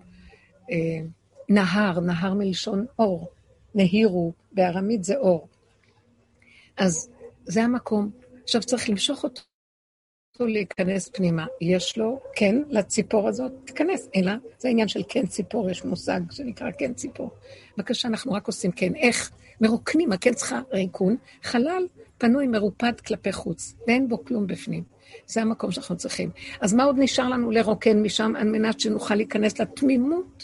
נהר, נהר מלשון אור, נהירו, בארמית זה אור. אז זה המקום. עכשיו צריך למשוך אותו להיכנס פנימה. יש לו, כן, לציפור הזאת, תיכנס, אלא, זה העניין של כן ציפור, יש מושג שנקרא כן ציפור. בבקשה, אנחנו רק עושים כן, איך? מרוקנים, הכן צריכה ריקון, חלל פנוי מרופד כלפי חוץ, ואין בו כלום בפנים. זה המקום שאנחנו צריכים. אז מה עוד נשאר לנו לרוקן משם, על מנת שנוכל להיכנס לתמימות,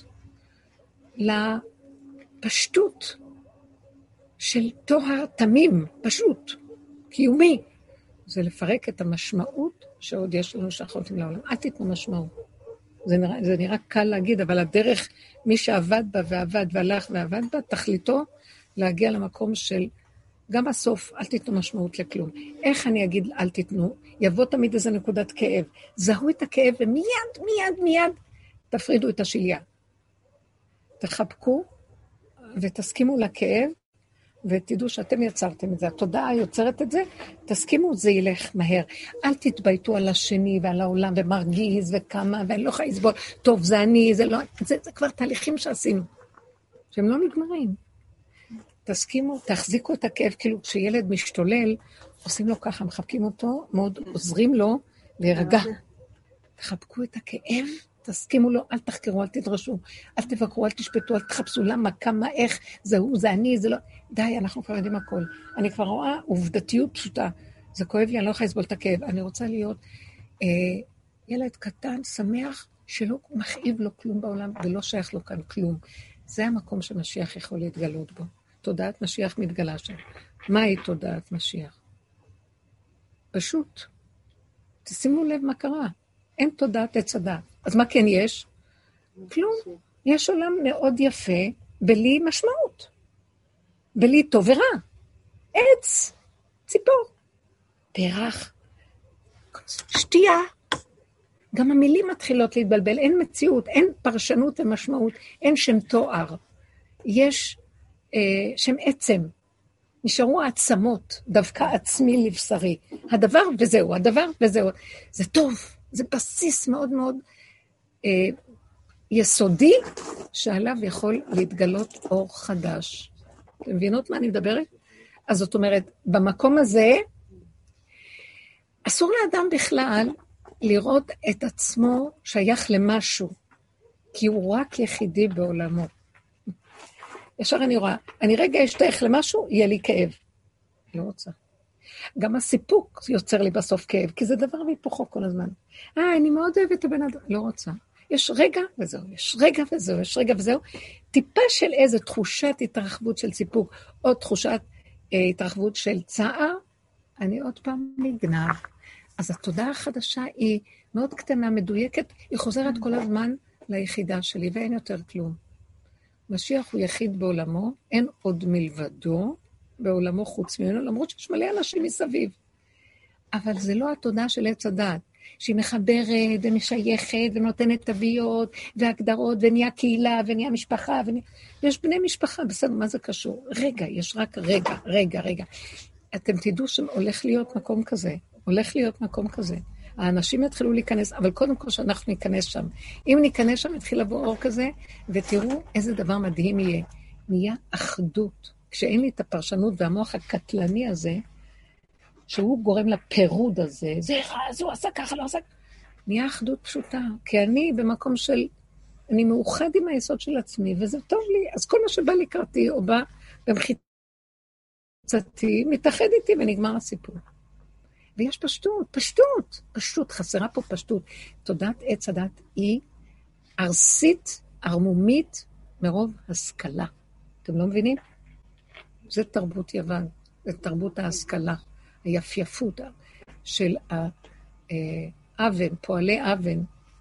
לפשטות של טוהר תמים, פשוט, קיומי. זה לפרק את המשמעות שעוד יש לנו שאנחנו נותנים לעולם. אל תיתנו משמעות. זה נראה, זה נראה קל להגיד, אבל הדרך, מי שעבד בה ועבד והלך ועבד בה, תכליתו להגיע למקום של, גם בסוף, אל תיתנו משמעות לכלום. איך אני אגיד אל תיתנו? יבוא תמיד איזה נקודת כאב. זהו את הכאב ומיד, מיד, מיד, תפרידו את השליה. תחבקו ותסכימו לכאב, ותדעו שאתם יצרתם את זה. התודעה יוצרת את זה, תסכימו, זה ילך מהר. אל תתבייתו על השני ועל העולם, ומרגיז וכמה, ואני לא יכולה לסבול, טוב, זה אני, זה לא, זה, זה כבר תהליכים שעשינו, שהם לא נגמרים. תסכימו, תחזיקו את הכאב, כאילו כשילד משתולל, עושים לו ככה, מחבקים אותו, מאוד עוזרים לו להירגע. תחבקו את הכאב, תסכימו לו, אל תחקרו, אל תדרשו, אל תבקרו, אל תשפטו, אל תחפשו למה, כמה, איך, זה הוא, זה אני, זה לא... די, אנחנו כבר יודעים הכל. אני כבר רואה עובדתיות פשוטה. זה כואב לי, אני לא יכולה לסבול את הכאב. אני רוצה להיות אה, ילד קטן, שמח, שלא מכאיב לו כלום בעולם, ולא שייך לו כאן כלום. זה המקום שמשיח יכול להתגלות בו. תודעת משיח מתגלה שם. מהי תודעת משיח? פשוט. תשימו לב מה קרה. אין תודעת עץ הדת. אז מה כן יש? כלום. יש עולם מאוד יפה, בלי משמעות. בלי טוב ורע. עץ, ציפור, פרח, שתייה. גם המילים מתחילות להתבלבל, אין מציאות, אין פרשנות ומשמעות, אין שם תואר. יש אה, שם עצם, נשארו העצמות, דווקא עצמי לבשרי. הדבר וזהו, הדבר וזהו. זה טוב, זה בסיס מאוד מאוד אה, יסודי, שעליו יכול להתגלות אור חדש. אתם מבינות מה אני מדברת? אז זאת אומרת, במקום הזה, אסור לאדם בכלל לראות את עצמו שייך למשהו, כי הוא רק יחידי בעולמו. ישר אני רואה, אני רגע אשתייך למשהו, יהיה לי כאב. לא רוצה. גם הסיפוק יוצר לי בסוף כאב, כי זה דבר והיפוכו כל הזמן. אה, אני מאוד אוהבת את הבן אדם, לא רוצה. יש רגע וזהו, יש רגע וזהו, יש רגע וזהו. טיפה של איזו תחושת התרחבות של סיפוק, או תחושת אה, התרחבות של צער, אני עוד פעם נגנב. אז התודעה החדשה היא מאוד קטנה, מדויקת, היא חוזרת כל הזמן ליחידה שלי, ואין יותר כלום. משיח הוא יחיד בעולמו, אין עוד מלבדו בעולמו חוץ ממנו, למרות שיש מלא אנשים מסביב. אבל זה לא התודעה של עץ הדעת, שהיא מחברת ומשייכת ונותנת תוויות והגדרות, ונהיה קהילה ונהיה משפחה, ונהיה... יש בני משפחה, בסדר, מה זה קשור? רגע, יש רק רגע, רגע, רגע. אתם תדעו שהולך להיות מקום כזה, הולך להיות מקום כזה. האנשים יתחילו להיכנס, אבל קודם כל שאנחנו ניכנס שם. אם ניכנס שם, יתחיל לבוא אור כזה, ותראו איזה דבר מדהים יהיה. נהיה אחדות. כשאין לי את הפרשנות והמוח הקטלני הזה, שהוא גורם לפירוד הזה, זה אז הוא עשה ככה, לא עשה ככה. נהיה אחדות פשוטה, כי אני במקום של, אני מאוחד עם היסוד של עצמי, וזה טוב לי. אז כל מה שבא לקראתי, או בא במחיצתי, מתאחד איתי ונגמר הסיפור. ויש פשטות, פשטות, פשטות, חסרה פה פשטות. תודעת עץ הדת היא ארסית, ארמומית, מרוב השכלה. אתם לא מבינים? זה תרבות יוון, זה תרבות ההשכלה, היפייפות של האבן, פועלי אבן.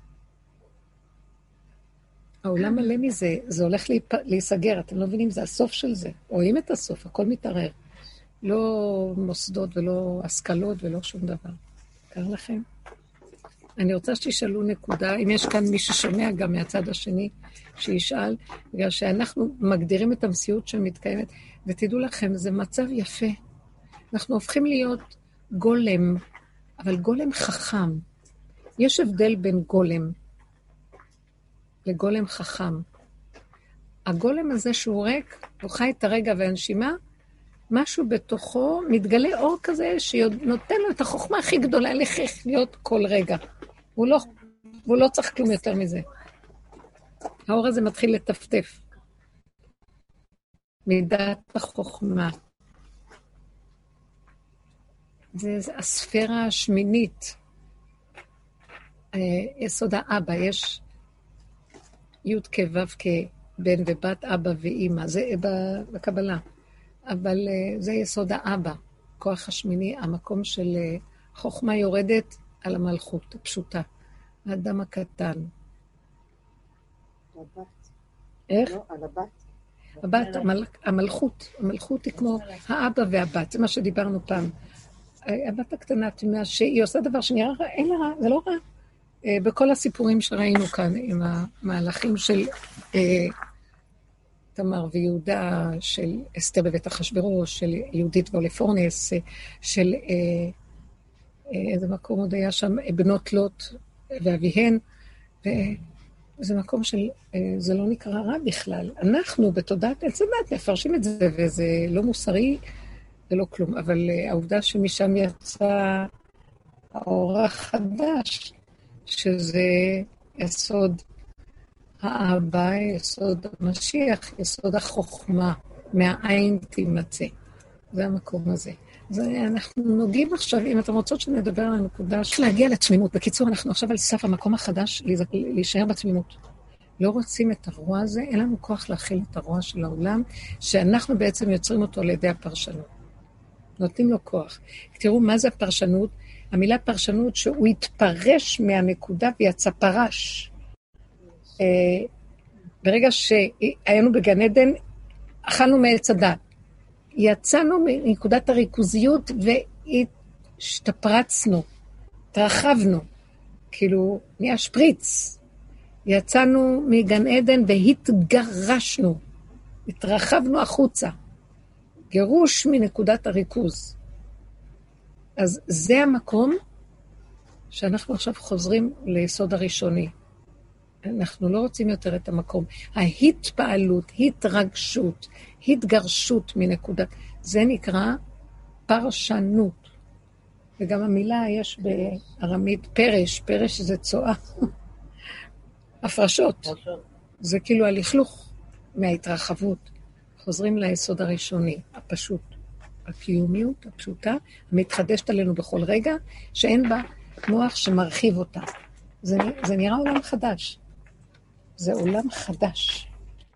העולם מלא מזה, זה הולך להיסגר, אתם לא מבינים, זה הסוף של זה. רואים את הסוף, הכל מתערער. לא מוסדות ולא השכלות ולא שום דבר. קר לכם? אני רוצה שתשאלו נקודה, אם יש כאן מי ששומע גם מהצד השני, שישאל, בגלל שאנחנו מגדירים את המציאות שמתקיימת, ותדעו לכם, זה מצב יפה. אנחנו הופכים להיות גולם, אבל גולם חכם. יש הבדל בין גולם לגולם חכם. הגולם הזה שהוא ריק, הוא חי את הרגע והנשימה, משהו בתוכו מתגלה אור כזה שנותן לו את החוכמה הכי גדולה לכך להיות כל רגע. הוא לא, הוא לא צריך כלום יותר מזה. האור הזה מתחיל לטפטף. מידת החוכמה. זה, זה הספירה השמינית. יסוד האבא, יש י' כו' כבן ובת אבא ואמא, זה בקבלה. אבל זה יסוד האבא, כוח השמיני, המקום של חוכמה יורדת על המלכות, הפשוטה, האדם הקטן. הבת. איך? לא, על הבת. הבת, המל... המלכות, המלכות היא כמו האבא והבת, זה מה שדיברנו פעם. הבת הקטנה, שהיא עושה דבר שנראה רע, אין לה רע, זה לא רע. בכל הסיפורים שראינו כאן, עם המהלכים של תמר ויהודה, של אסתר בבית אחשוורוש, של יהודית ואולפורנס, של איזה מקום עוד היה שם, בנות לוט ואביהן, וזה מקום של, זה לא נקרא רע בכלל. אנחנו בתודעת עץ הדת מפרשים את זה, וזה לא מוסרי ולא כלום, אבל העובדה שמשם יצא האור החדש, שזה יסוד האבא, יסוד המשיח, יסוד החוכמה, מהעין תימצא. זה המקום הזה. אז אנחנו נוגעים עכשיו, אם אתם רוצות שנדבר על הנקודה, להגיע לתמימות. בקיצור, אנחנו עכשיו על סף המקום החדש, להישאר בתמימות. לא רוצים את הרוע הזה, אין לנו כוח להכיל את הרוע של העולם, שאנחנו בעצם יוצרים אותו על ידי הפרשנות. נותנים לו כוח. תראו מה זה הפרשנות, המילה פרשנות שהוא התפרש מהנקודה ויצא פרש. ברגע שהיינו בגן עדן, אכלנו מעץ הדת. יצאנו מנקודת הריכוזיות והשתפרצנו, התרחבנו, כאילו נהיה שפריץ. יצאנו מגן עדן והתגרשנו, התרחבנו החוצה. גירוש מנקודת הריכוז. אז זה המקום שאנחנו עכשיו חוזרים ליסוד הראשוני. אנחנו לא רוצים יותר את המקום. ההתפעלות, התרגשות, התגרשות מנקודת, זה נקרא פרשנות. וגם המילה יש בארמית פרש, פרש זה צועה. הפרשות. זה כאילו הלכלוך מההתרחבות. חוזרים ליסוד הראשוני, הפשוט. הקיומיות הפשוטה, המתחדשת עלינו בכל רגע, שאין בה מוח שמרחיב אותה. זה, זה נראה עולם חדש. זה עולם חדש.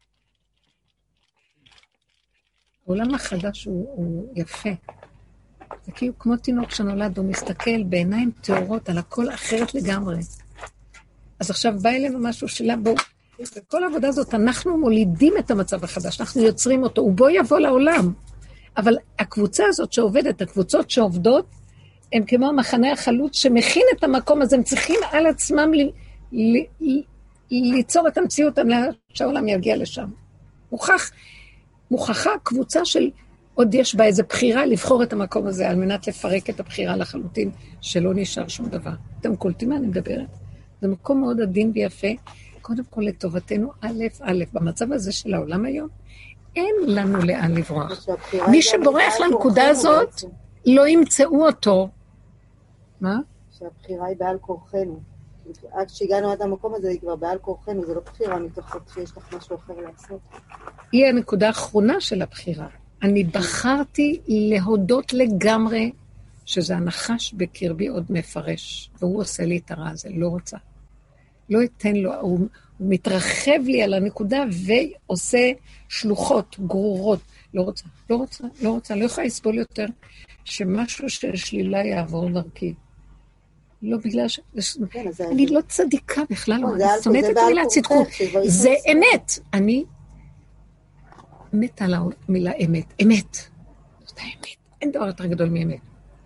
העולם החדש הוא, הוא יפה. זה כאילו כמו תינוק שנולד, הוא מסתכל בעיניים תאורות על הכל אחרת לגמרי. אז עכשיו בא אלינו משהו שלה, בואו, בכל העבודה הזאת אנחנו מולידים את המצב החדש, אנחנו יוצרים אותו, ובוא יבוא לעולם. אבל הקבוצה הזאת שעובדת, הקבוצות שעובדות, הם כמו המחנה החלוץ שמכין את המקום הזה, הם צריכים על עצמם ל, ל, ל, ליצור את המציאות שהעולם יגיע לשם. מוכח, מוכחה קבוצה של, עוד יש בה איזו בחירה לבחור את המקום הזה, על מנת לפרק את הבחירה לחלוטין, שלא נשאר שום דבר. אתם קולטים מה אני מדברת? זה מקום מאוד עדין ויפה, קודם כל לטובתנו א' א', במצב הזה של העולם היום, אין לנו לאן לברוח. מי שבורח לנקודה הזאת, לא ימצאו אותו. מה? שהבחירה היא בעל כורחנו. עד שהגענו עד המקום הזה, היא כבר בעל כורחנו, זה לא בחירה מתוך שיש לך משהו אחר לעשות. היא הנקודה האחרונה של הבחירה. אני בחרתי להודות לגמרי, שזה הנחש בקרבי עוד מפרש, והוא עושה לי את הרע הזה, לא רוצה. לא אתן לו, הוא, הוא מתרחב לי על הנקודה ועושה שלוחות, גרורות. לא רוצה, לא רוצה, לא רוצה, לא יכולה לסבול יותר שמשהו של שלילה יעבור דרכי. לא בגלל ש... כן, אני לא צדיקה בכלל, לא, אני שונאת את המילה צדקות. זה אמת. אני מת על המילה אמת. אמת. זאת האמת. אין דבר יותר גדול מאמת.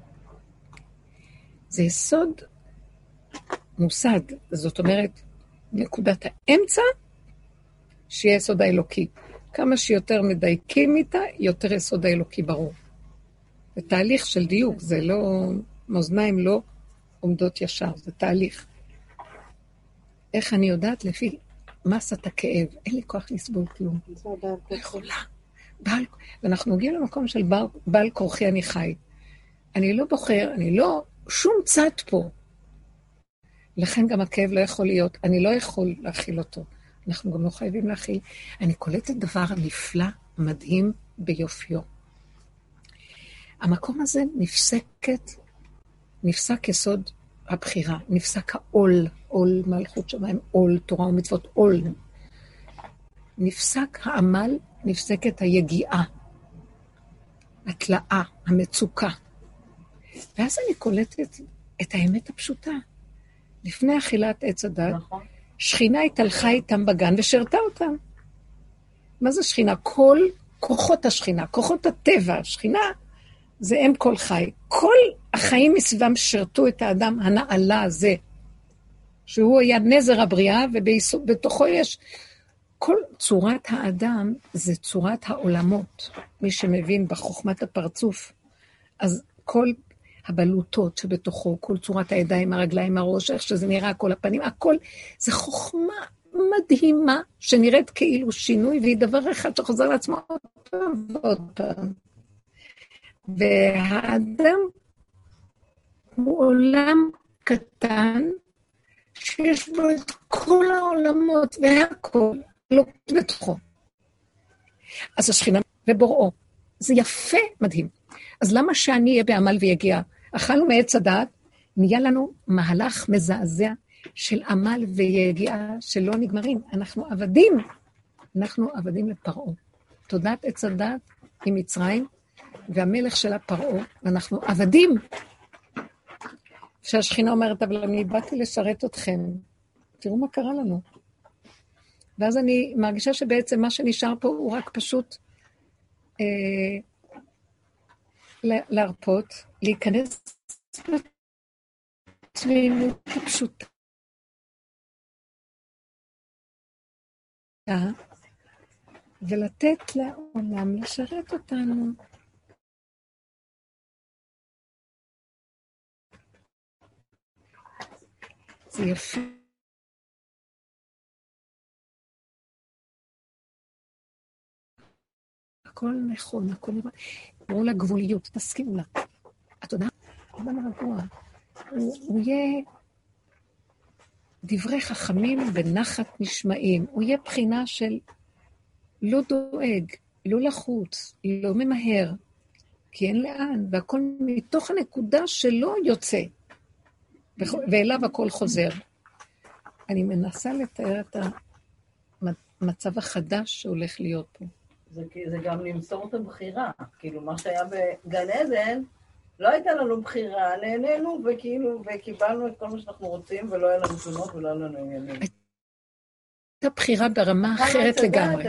זה יסוד מושג, זאת אומרת, נקודת האמצע, שיהיה יסוד האלוקי. כמה שיותר מדייקים איתה, יותר יסוד האלוקי ברור. זה תהליך של דיוק, זה לא, מאזניים לא עומדות ישר, זה תהליך. איך אני יודעת? לפי מסת הכאב, אין לי כוח לסבול כלום. לא יכולה. בעל, ואנחנו נוגעים למקום של בעל, בעל כורחי אני חי. אני לא בוחר, אני לא, שום צד פה. לכן גם הכאב לא יכול להיות, אני לא יכול להכיל אותו. אנחנו גם לא חייבים להכיל. אני קולטת דבר נפלא, מדהים ביופיו. המקום הזה נפסקת, נפסק יסוד הבחירה, נפסק העול, עול מלכות שמיים, עול תורה ומצוות, עול. נפסק העמל, נפסקת היגיעה, התלאה, המצוקה. ואז אני קולטת את האמת הפשוטה. לפני אכילת עץ הדת, נכון. שכינה התהלכה איתם בגן ושרתה אותם. מה זה שכינה? כל כוחות השכינה, כוחות הטבע, השכינה זה אם כל חי. כל החיים מסביבם שרתו את האדם הנעלה הזה, שהוא היה נזר הבריאה, ובתוכו יש כל צורת האדם, זה צורת העולמות. מי שמבין בחוכמת הפרצוף, אז כל הבלוטות שבתוכו, כל צורת הידיים, הרגליים, הראש, איך שזה נראה, כל הפנים, הכל, זה חוכמה מדהימה, שנראית כאילו שינוי, והיא דבר אחד שחוזר לעצמו עוד פעם ועוד פעם. והאדם הוא עולם קטן, שיש בו את כל העולמות והכל, לא בתוכו. אז השכינה ובוראו, זה יפה, מדהים. אז למה שאני אהיה בעמל ויגיע? אכלנו מעץ הדעת, נהיה לנו מהלך מזעזע של עמל ויגיעה שלא נגמרים. אנחנו עבדים, אנחנו עבדים לפרעה. תודעת עץ הדעת היא מצרים, והמלך שלה פרעה, ואנחנו עבדים. שהשכינה אומרת, אבל אני באתי לשרת אתכם. תראו מה קרה לנו. ואז אני מרגישה שבעצם מה שנשאר פה הוא רק פשוט אה, להרפות, להיכנס לתמימות הפשוטה. ולתת לעולם לשרת אותנו. זה יפה. הכל נכון, הכל נכון. ברור לגבוליות, תסכימו לה. את יודעת, אדם רגוע. הוא, הוא יהיה דברי חכמים בנחת נשמעים. הוא יהיה בחינה של לא דואג, לא לחוץ, לא ממהר, כי אין לאן, והכל מתוך הנקודה שלא יוצא, ואליו הכל חוזר. אני מנסה לתאר את המצב החדש שהולך להיות פה. זה, זה גם למסור את הבחירה, כאילו מה שהיה בגן עדן, לא הייתה לנו בחירה, נהנינו וכאילו, וקיבלנו את כל מה שאנחנו רוצים, ולא היה לנו תלונות ולא היה לנו עניינים. הייתה בחירה ברמה אחרת לגמרי.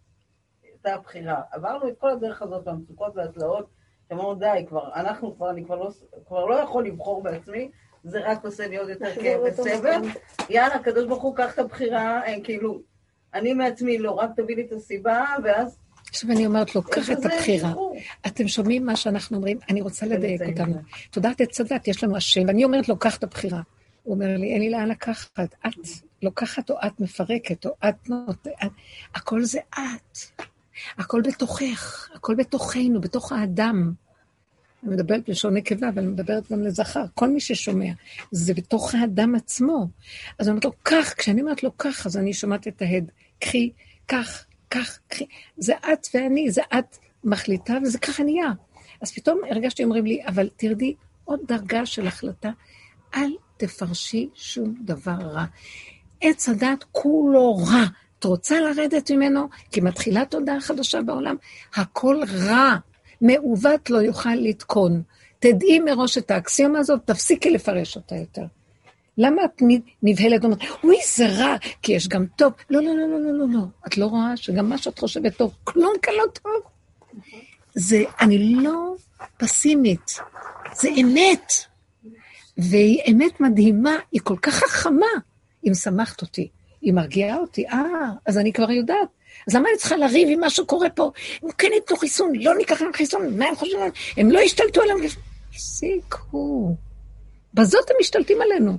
הייתה הבחירה. עברנו את כל הדרך הזאת, והמצוקות והתלאות, שאמרנו די, כבר, אנחנו כבר, אני כבר לא, כבר לא יכול לבחור בעצמי, זה רק עושה לי עוד יותר כאב וסבל. יאללה, הקדוש ברוך הוא, קח את הבחירה, כאילו, אני מעצמי לא, רק תביא לי את הסיבה, ואז... עכשיו אני אומרת לו, קח את הבחירה. אתם שומעים מה שאנחנו אומרים? אני רוצה לדייק אותנו. תודעת את צדת, יש לנו השם, ואני אומרת לו, קח את הבחירה. הוא אומר לי, אין לי לאן לקחת. את לוקחת או את מפרקת, או את נותנת. הכל זה את. הכל בתוכך, הכל בתוכנו, בתוך האדם. אני מדברת בלשון נקבה, אבל אני מדברת גם לזכר. כל מי ששומע, זה בתוך האדם עצמו. אז אני אומרת לו, כך, כשאני אומרת לו כך, אז אני שומעת את ההד. קחי, כך, כך, קחי. זה את ואני, זה את מחליטה, וזה ככה נהיה. אז פתאום הרגשתי, אומרים לי, אבל תרדי עוד דרגה של החלטה, אל תפרשי שום דבר רע. עץ הדת כולו רע. את רוצה לרדת ממנו? כי מתחילה תודעה חדשה בעולם. הכל רע. מעוות לא יוכל לתקון. תדעי מראש את האקסיומה הזאת, תפסיקי לפרש אותה יותר. למה את נבהלת ואומרת, אוי, זה רע, כי יש גם טוב. לא, לא, לא, לא, לא, לא, לא. את לא רואה שגם מה שאת חושבת טוב, כלום כאן לא טוב. זה, אני לא פסימית. זה אמת. והיא אמת מדהימה, היא כל כך חכמה. היא משמחת אותי, היא מרגיעה אותי. אה, אז אני כבר יודעת. אז למה אני צריכה לריב עם מה שקורה פה? הם כן ייתנו חיסון, לא ניקח להם חיסון, מה הם חושבים? הם לא ישתלטו עליהם. הפסיקו. בזאת הם משתלטים עלינו.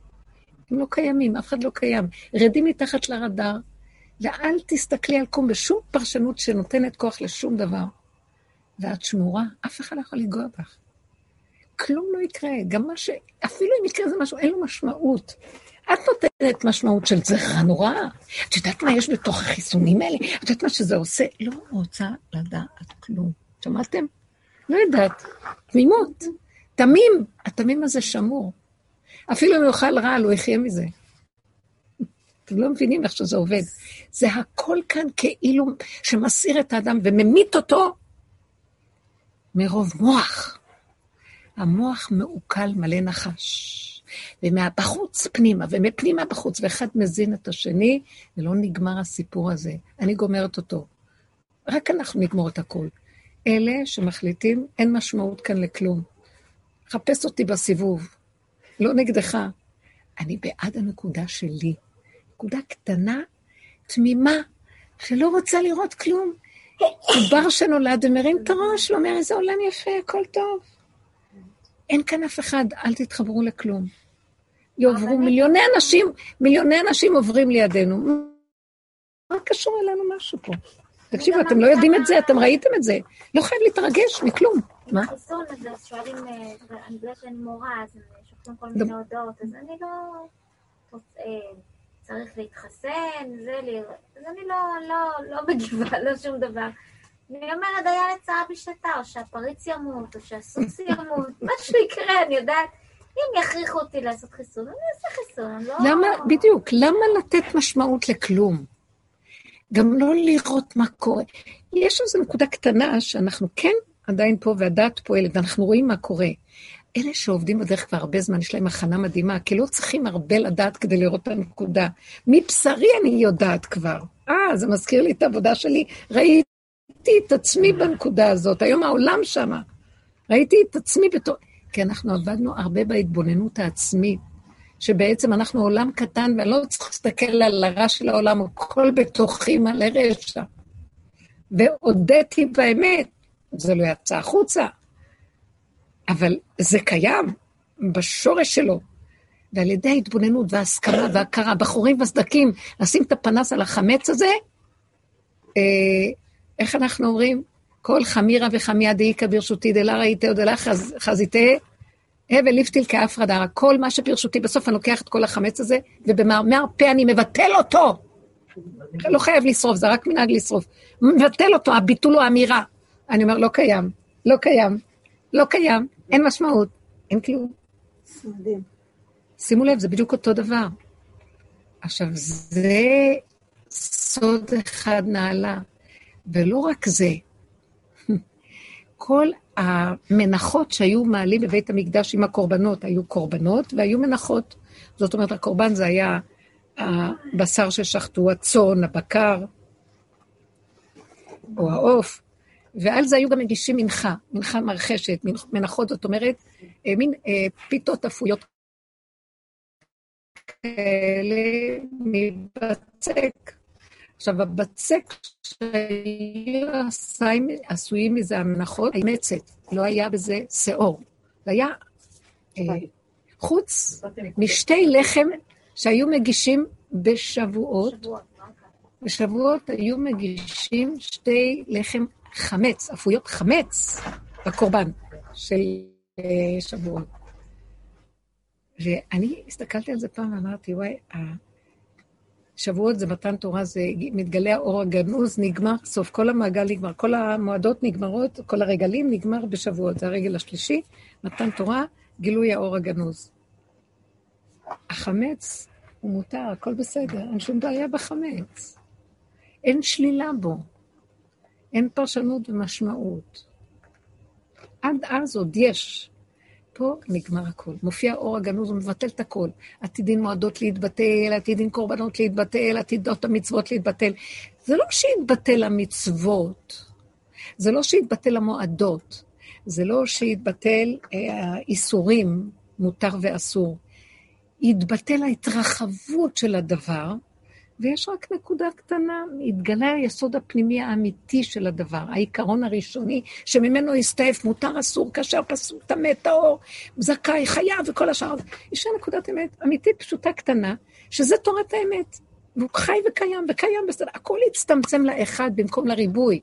הם לא קיימים, אף אחד לא קיים. רדים מתחת לרדאר, ואל תסתכלי על כלום בשום פרשנות שנותנת כוח לשום דבר. ואת שמורה, אף אחד לא יכול לגוע בך. כלום לא יקרה, גם מה ש... אפילו אם יקרה זה משהו, אין לו משמעות. את נותנת משמעות של זה רע נורא. את יודעת מה יש בתוך החיסונים האלה? את יודעת מה שזה עושה? לא רוצה לדעת כלום. שמעתם? לא יודעת. תמימות. תמים. התמים הזה שמור. אפילו אם הוא יאכל רעל, הוא יחיה מזה. אתם לא מבינים איך שזה עובד. זה הכל כאן כאילו שמסעיר את האדם וממית אותו מרוב מוח. המוח מעוקל מלא נחש. ומהבחוץ פנימה, ומפנימה בחוץ, ואחד מזין את השני, ולא נגמר הסיפור הזה. אני גומרת אותו. רק אנחנו נגמור את הכל. אלה שמחליטים, אין משמעות כאן לכלום. חפש אותי בסיבוב. לא נגדך. אני בעד הנקודה שלי. נקודה קטנה, תמימה, שלא רוצה לראות כלום. עובר שנולד ומרים את הראש, ואומר, איזה עולם יפה, הכל טוב. אין כאן אף אחד, אל תתחברו לכלום. יעברו מיליוני אנשים, מיליוני אנשים עוברים לידינו. מה קשור אלינו משהו פה? תקשיבו, אתם לא יודעים את זה, אתם ראיתם את זה. לא חייב להתרגש מכלום. מה? חיסון, אז שואלים, אני בגלל שאני מורה, אז שופטים כל מיני הודעות, אז אני לא צריך להתחסן, אז אני לא מגיבה, לא שום דבר. אני אומרת, היה לצעה בשלטה, או שהפריץ ימות, או שהסוס ימות, משהו יקרה, אני יודעת, אם יכריחו אותי לעשות חיסון, אני אעשה חיסון, לא... למה, בדיוק, למה לתת משמעות לכלום? גם לא לראות מה קורה. יש איזו נקודה קטנה שאנחנו כן עדיין פה, והדעת פועלת, ואנחנו רואים מה קורה. אלה שעובדים בדרך כבר הרבה זמן, יש להם הכנה מדהימה, כי לא צריכים הרבה לדעת כדי לראות את הנקודה. מבשרי אני יודעת כבר. אה, זה מזכיר לי את העבודה שלי, ראיתי את עצמי בנקודה הזאת, היום העולם שמה. ראיתי את עצמי בתור... כי אנחנו עבדנו הרבה בהתבוננות העצמית, שבעצם אנחנו עולם קטן, ואני לא צריך להסתכל על הרע של העולם, הכל בתוכי מלא רשע. והודיתי באמת, זה לא יצא החוצה, אבל זה קיים בשורש שלו, ועל ידי ההתבוננות וההסכמה וההכרה, בחורים וסדקים, לשים את הפנס על החמץ הזה, אה, איך אנחנו אומרים? כל חמירה וחמיה דאיקה ברשותי, דלה ראיתי או דלה חז, חזיתי, הבל ליפתיל כאפרדה, כל מה שברשותי, בסוף אני לוקח את כל החמץ הזה, ובמאמר פה אני מבטל אותו. לא חייב לשרוף, זה רק מנהג לשרוף. מבטל אותו, הביטול הוא אמירה. אני אומר, לא קיים, לא קיים, לא קיים, אין משמעות, אין כלום. מדהים. שימו לב, זה בדיוק אותו דבר. עכשיו, זה סוד אחד נעלה, ולא רק זה, כל המנחות שהיו מעלים בבית המקדש עם הקורבנות, היו קורבנות והיו מנחות. זאת אומרת, הקורבן זה היה הבשר ששחטו, הצאן, הבקר, או העוף, ועל זה היו גם מגישים מנחה, מנחה מרחשת, מנחות, זאת אומרת, מין פיתות אפויות כאלה מבצק. עכשיו, הבצק שהיו עשויים מזה המנחות, היה מצת, לא היה בזה שאור. זה היה חוץ משתי לחם שהיו מגישים בשבועות. בשבועות היו מגישים שתי לחם חמץ, אפויות חמץ, בקורבן של שבועות. ואני הסתכלתי על זה פעם ואמרתי, וואי, שבועות זה מתן תורה, זה מתגלה האור הגנוז, נגמר, סוף כל המעגל נגמר, כל המועדות נגמרות, כל הרגלים נגמר בשבועות, זה הרגל השלישי, מתן תורה, גילוי האור הגנוז. החמץ הוא מותר, הכל בסדר, אין שום בעיה בחמץ. אין שלילה בו, אין פרשנות ומשמעות. עד אז עוד יש. פה נגמר הכל. מופיע אור הגנוז, הוא מבטל את הכל. עתידין מועדות להתבטל, עתידין קורבנות להתבטל, עתידות המצוות להתבטל. זה לא שהתבטל המצוות, זה לא שהתבטל המועדות, זה לא שהתבטל האיסורים, מותר ואסור. התבטל ההתרחבות של הדבר, ויש רק נקודה קטנה, התגלה היסוד הפנימי האמיתי של הדבר, העיקרון הראשוני, שממנו הסתעף, מותר, אסור, כאשר פסול, טמא, טהור, זכאי, חייב וכל השאר. יש נקודת אמת אמיתית פשוטה קטנה, שזה תורת האמת, והוא חי וקיים, וקיים בסדר, הכל יצטמצם לאחד במקום לריבוי.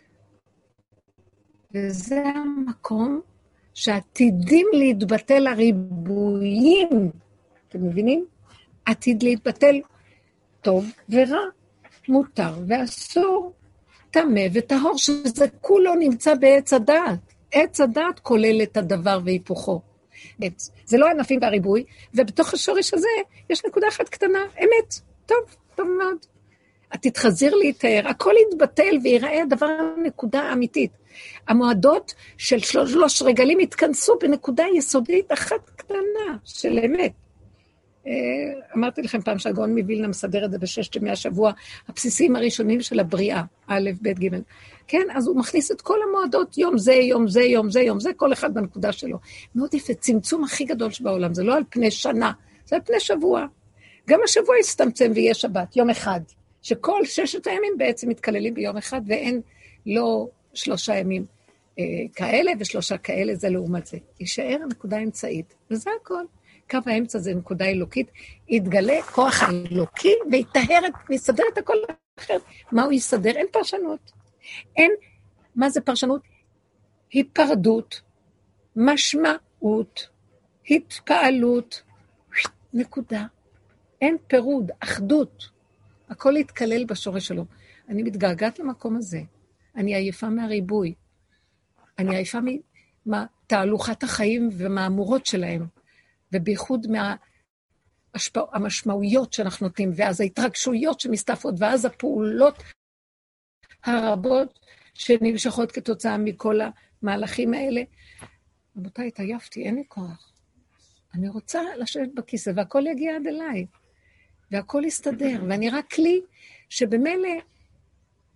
וזה המקום שעתידים להתבטל הריבויים, אתם מבינים? עתיד להתבטל טוב ורע, מותר ואסור, טמא וטהור, שזה כולו נמצא בעץ הדעת. עץ הדעת כולל את הדבר והיפוכו. זה לא ענפים והריבוי, ובתוך השורש הזה יש נקודה אחת קטנה, אמת. טוב, טוב מאוד. את תתחזיר להתאר, הכל יתבטל ויראה הדבר נקודה אמיתית. המועדות של שלוש רגלים התכנסו בנקודה יסודית אחת קטנה של אמת. אמרתי לכם פעם שהגאון מווילנה מסדר את זה בששת ימי השבוע, הבסיסים הראשונים של הבריאה, א', ב', ג'. כן, אז הוא מכניס את כל המועדות, יום זה, יום זה, יום זה, יום זה, כל אחד בנקודה שלו. מאוד יפה, צמצום הכי גדול שבעולם, זה לא על פני שנה, זה על פני שבוע. גם השבוע יסתמצם ויהיה שבת, יום אחד, שכל ששת הימים בעצם מתכללים ביום אחד, ואין לא שלושה ימים אה, כאלה ושלושה כאלה, זה לעומת זה. יישאר הנקודה האמצעית, וזה הכל. קו האמצע זה נקודה אלוקית, יתגלה כוח האלוקי, ויתאר, ויסדר את הכל אחר. מה הוא יסדר? אין פרשנות. אין, מה זה פרשנות? היפרדות, משמעות, התפעלות, נקודה. אין פירוד, אחדות. הכל יתקלל בשורש שלו. אני מתגעגעת למקום הזה. אני עייפה מהריבוי. אני עייפה מתהלוכת החיים ומהאמורות שלהם. ובייחוד מהמשמעויות שאנחנו נותנים, ואז ההתרגשויות שמסתפות, ואז הפעולות הרבות שנמשכות כתוצאה מכל המהלכים האלה. רבותיי, התעייפתי, אין לי כוח. אני רוצה לשבת בכיסא, והכל יגיע עד אליי, והכל יסתדר, ואני רק כלי שבמילא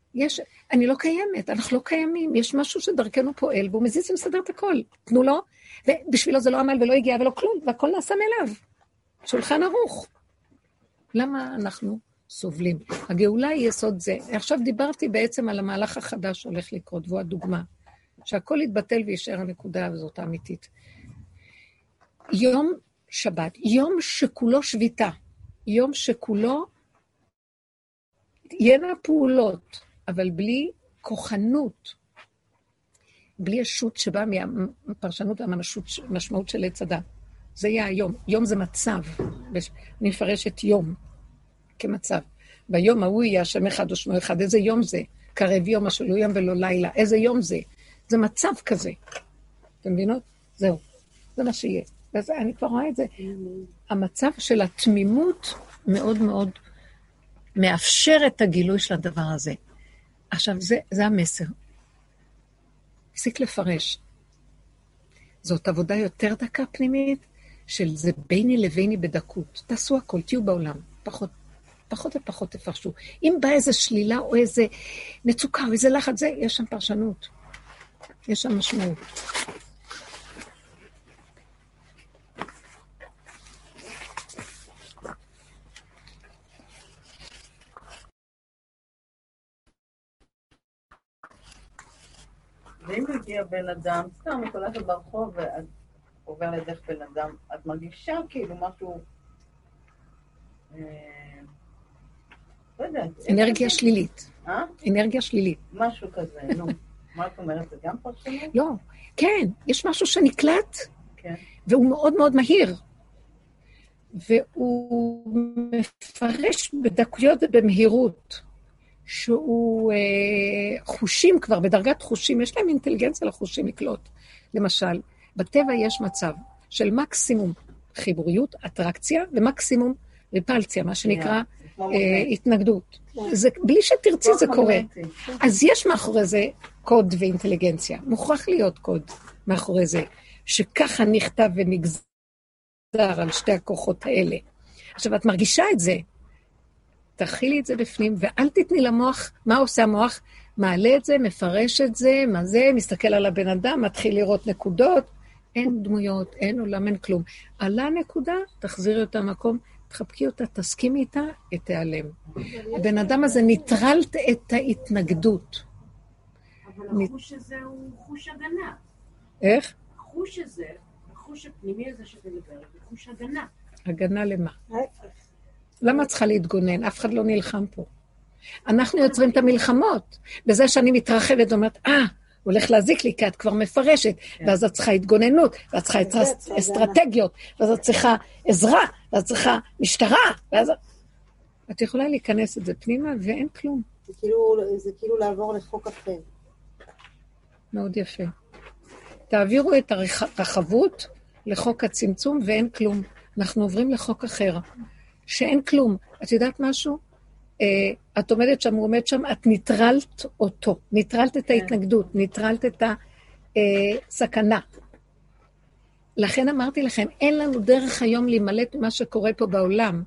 יש, אני לא קיימת, אנחנו לא קיימים, יש משהו שדרכנו פועל, והוא מזיז ומסדר את הכל. תנו לו, ובשבילו זה לא עמל ולא הגיע ולא כלום, והכל נעשה מאליו. שולחן ערוך. למה אנחנו סובלים? הגאולה היא יסוד זה. עכשיו דיברתי בעצם על המהלך החדש שהולך לקרות, והוא הדוגמה, שהכל יתבטל וישאר הנקודה, וזאת האמיתית. יום שבת, יום שכולו שביתה, יום שכולו יהיו פעולות, אבל בלי כוחנות, בלי השוט שבא מהפרשנות והמשמעות של עץ הדת. זה יהיה היום. יום זה מצב. אני מפרש את יום כמצב. ביום ההוא יהיה השם אחד או שמו אחד. איזה יום זה? קרב יום, אשר לא יום ולא לילה. איזה יום זה? זה מצב כזה. אתם מבינות? זהו. זה מה שיהיה. וזה, אני כבר רואה את זה. המצב של התמימות מאוד מאוד מאפשר את הגילוי של הדבר הזה. עכשיו, זה, זה המסר. הפסיק לפרש. זאת עבודה יותר דקה פנימית, של זה ביני לביני בדקות. תעשו הכל, תהיו בעולם. פחות, פחות ופחות תפרשו. אם בא איזו שלילה או איזה מצוקה או איזה לחץ, זה, יש שם פרשנות. יש שם משמעות. ואם הגיע בן אדם, סתם, את הולכת ברחוב ואת עובר לידך בן אדם, את מרגישה כאילו משהו, לא יודעת. אנרגיה שלילית. אה? אנרגיה שלילית. משהו כזה, נו. מה את אומרת? זה גם פרשנות? לא, כן, יש משהו שנקלט, כן. והוא מאוד מאוד מהיר. והוא מפרש בדקויות ובמהירות. שהוא אה, חושים כבר, בדרגת חושים, יש להם אינטליגנציה לחושים לקלוט. למשל, בטבע יש מצב של מקסימום חיבוריות, אטרקציה, ומקסימום ריפלציה, מה שנקרא yeah, אה, התנגדות. Yeah. זה, בלי שתרצי זה קורה. Yeah. אז יש מאחורי זה קוד ואינטליגנציה. מוכרח להיות קוד מאחורי זה, שככה נכתב ונגזר על שתי הכוחות האלה. עכשיו, את מרגישה את זה, תכילי את זה בפנים, ואל תתני למוח, מה עושה המוח? מעלה את זה, מפרש את זה, מה זה, מסתכל על הבן אדם, מתחיל לראות נקודות, אין דמויות, אין עולם, אין כלום. עלה נקודה, תחזירי אותה מקום, תחבקי אותה, תסכימי איתה, תיעלם. הבן אדם הזה ניטרלת את ההתנגדות. אבל החוש הזה הוא חוש הגנה. איך? החוש הזה, החוש הפנימי הזה שאתה מדברת, הוא חוש הגנה. הגנה למה? למה צריכה להתגונן? אף אחד לא נלחם פה. אנחנו יוצרים את המלחמות, בזה שאני מתרחבת ואומרת, אה, הוא הולך להזיק לי, כי את כבר מפרשת, ואז את צריכה התגוננות, ואת צריכה אסטרטגיות, ואז את צריכה עזרה, ואז את צריכה משטרה, ואז... את יכולה להיכנס את זה פנימה, ואין כלום. זה כאילו לעבור לחוק אחר. מאוד יפה. תעבירו את הרחבות לחוק הצמצום, ואין כלום. אנחנו עוברים לחוק אחר. שאין כלום. את יודעת משהו? Uh, את עומדת שם, הוא עומד שם, את ניטרלת אותו, ניטרלת את ההתנגדות, ניטרלת את הסכנה. לכן אמרתי לכם, אין לנו דרך היום להימלט ממה שקורה פה בעולם.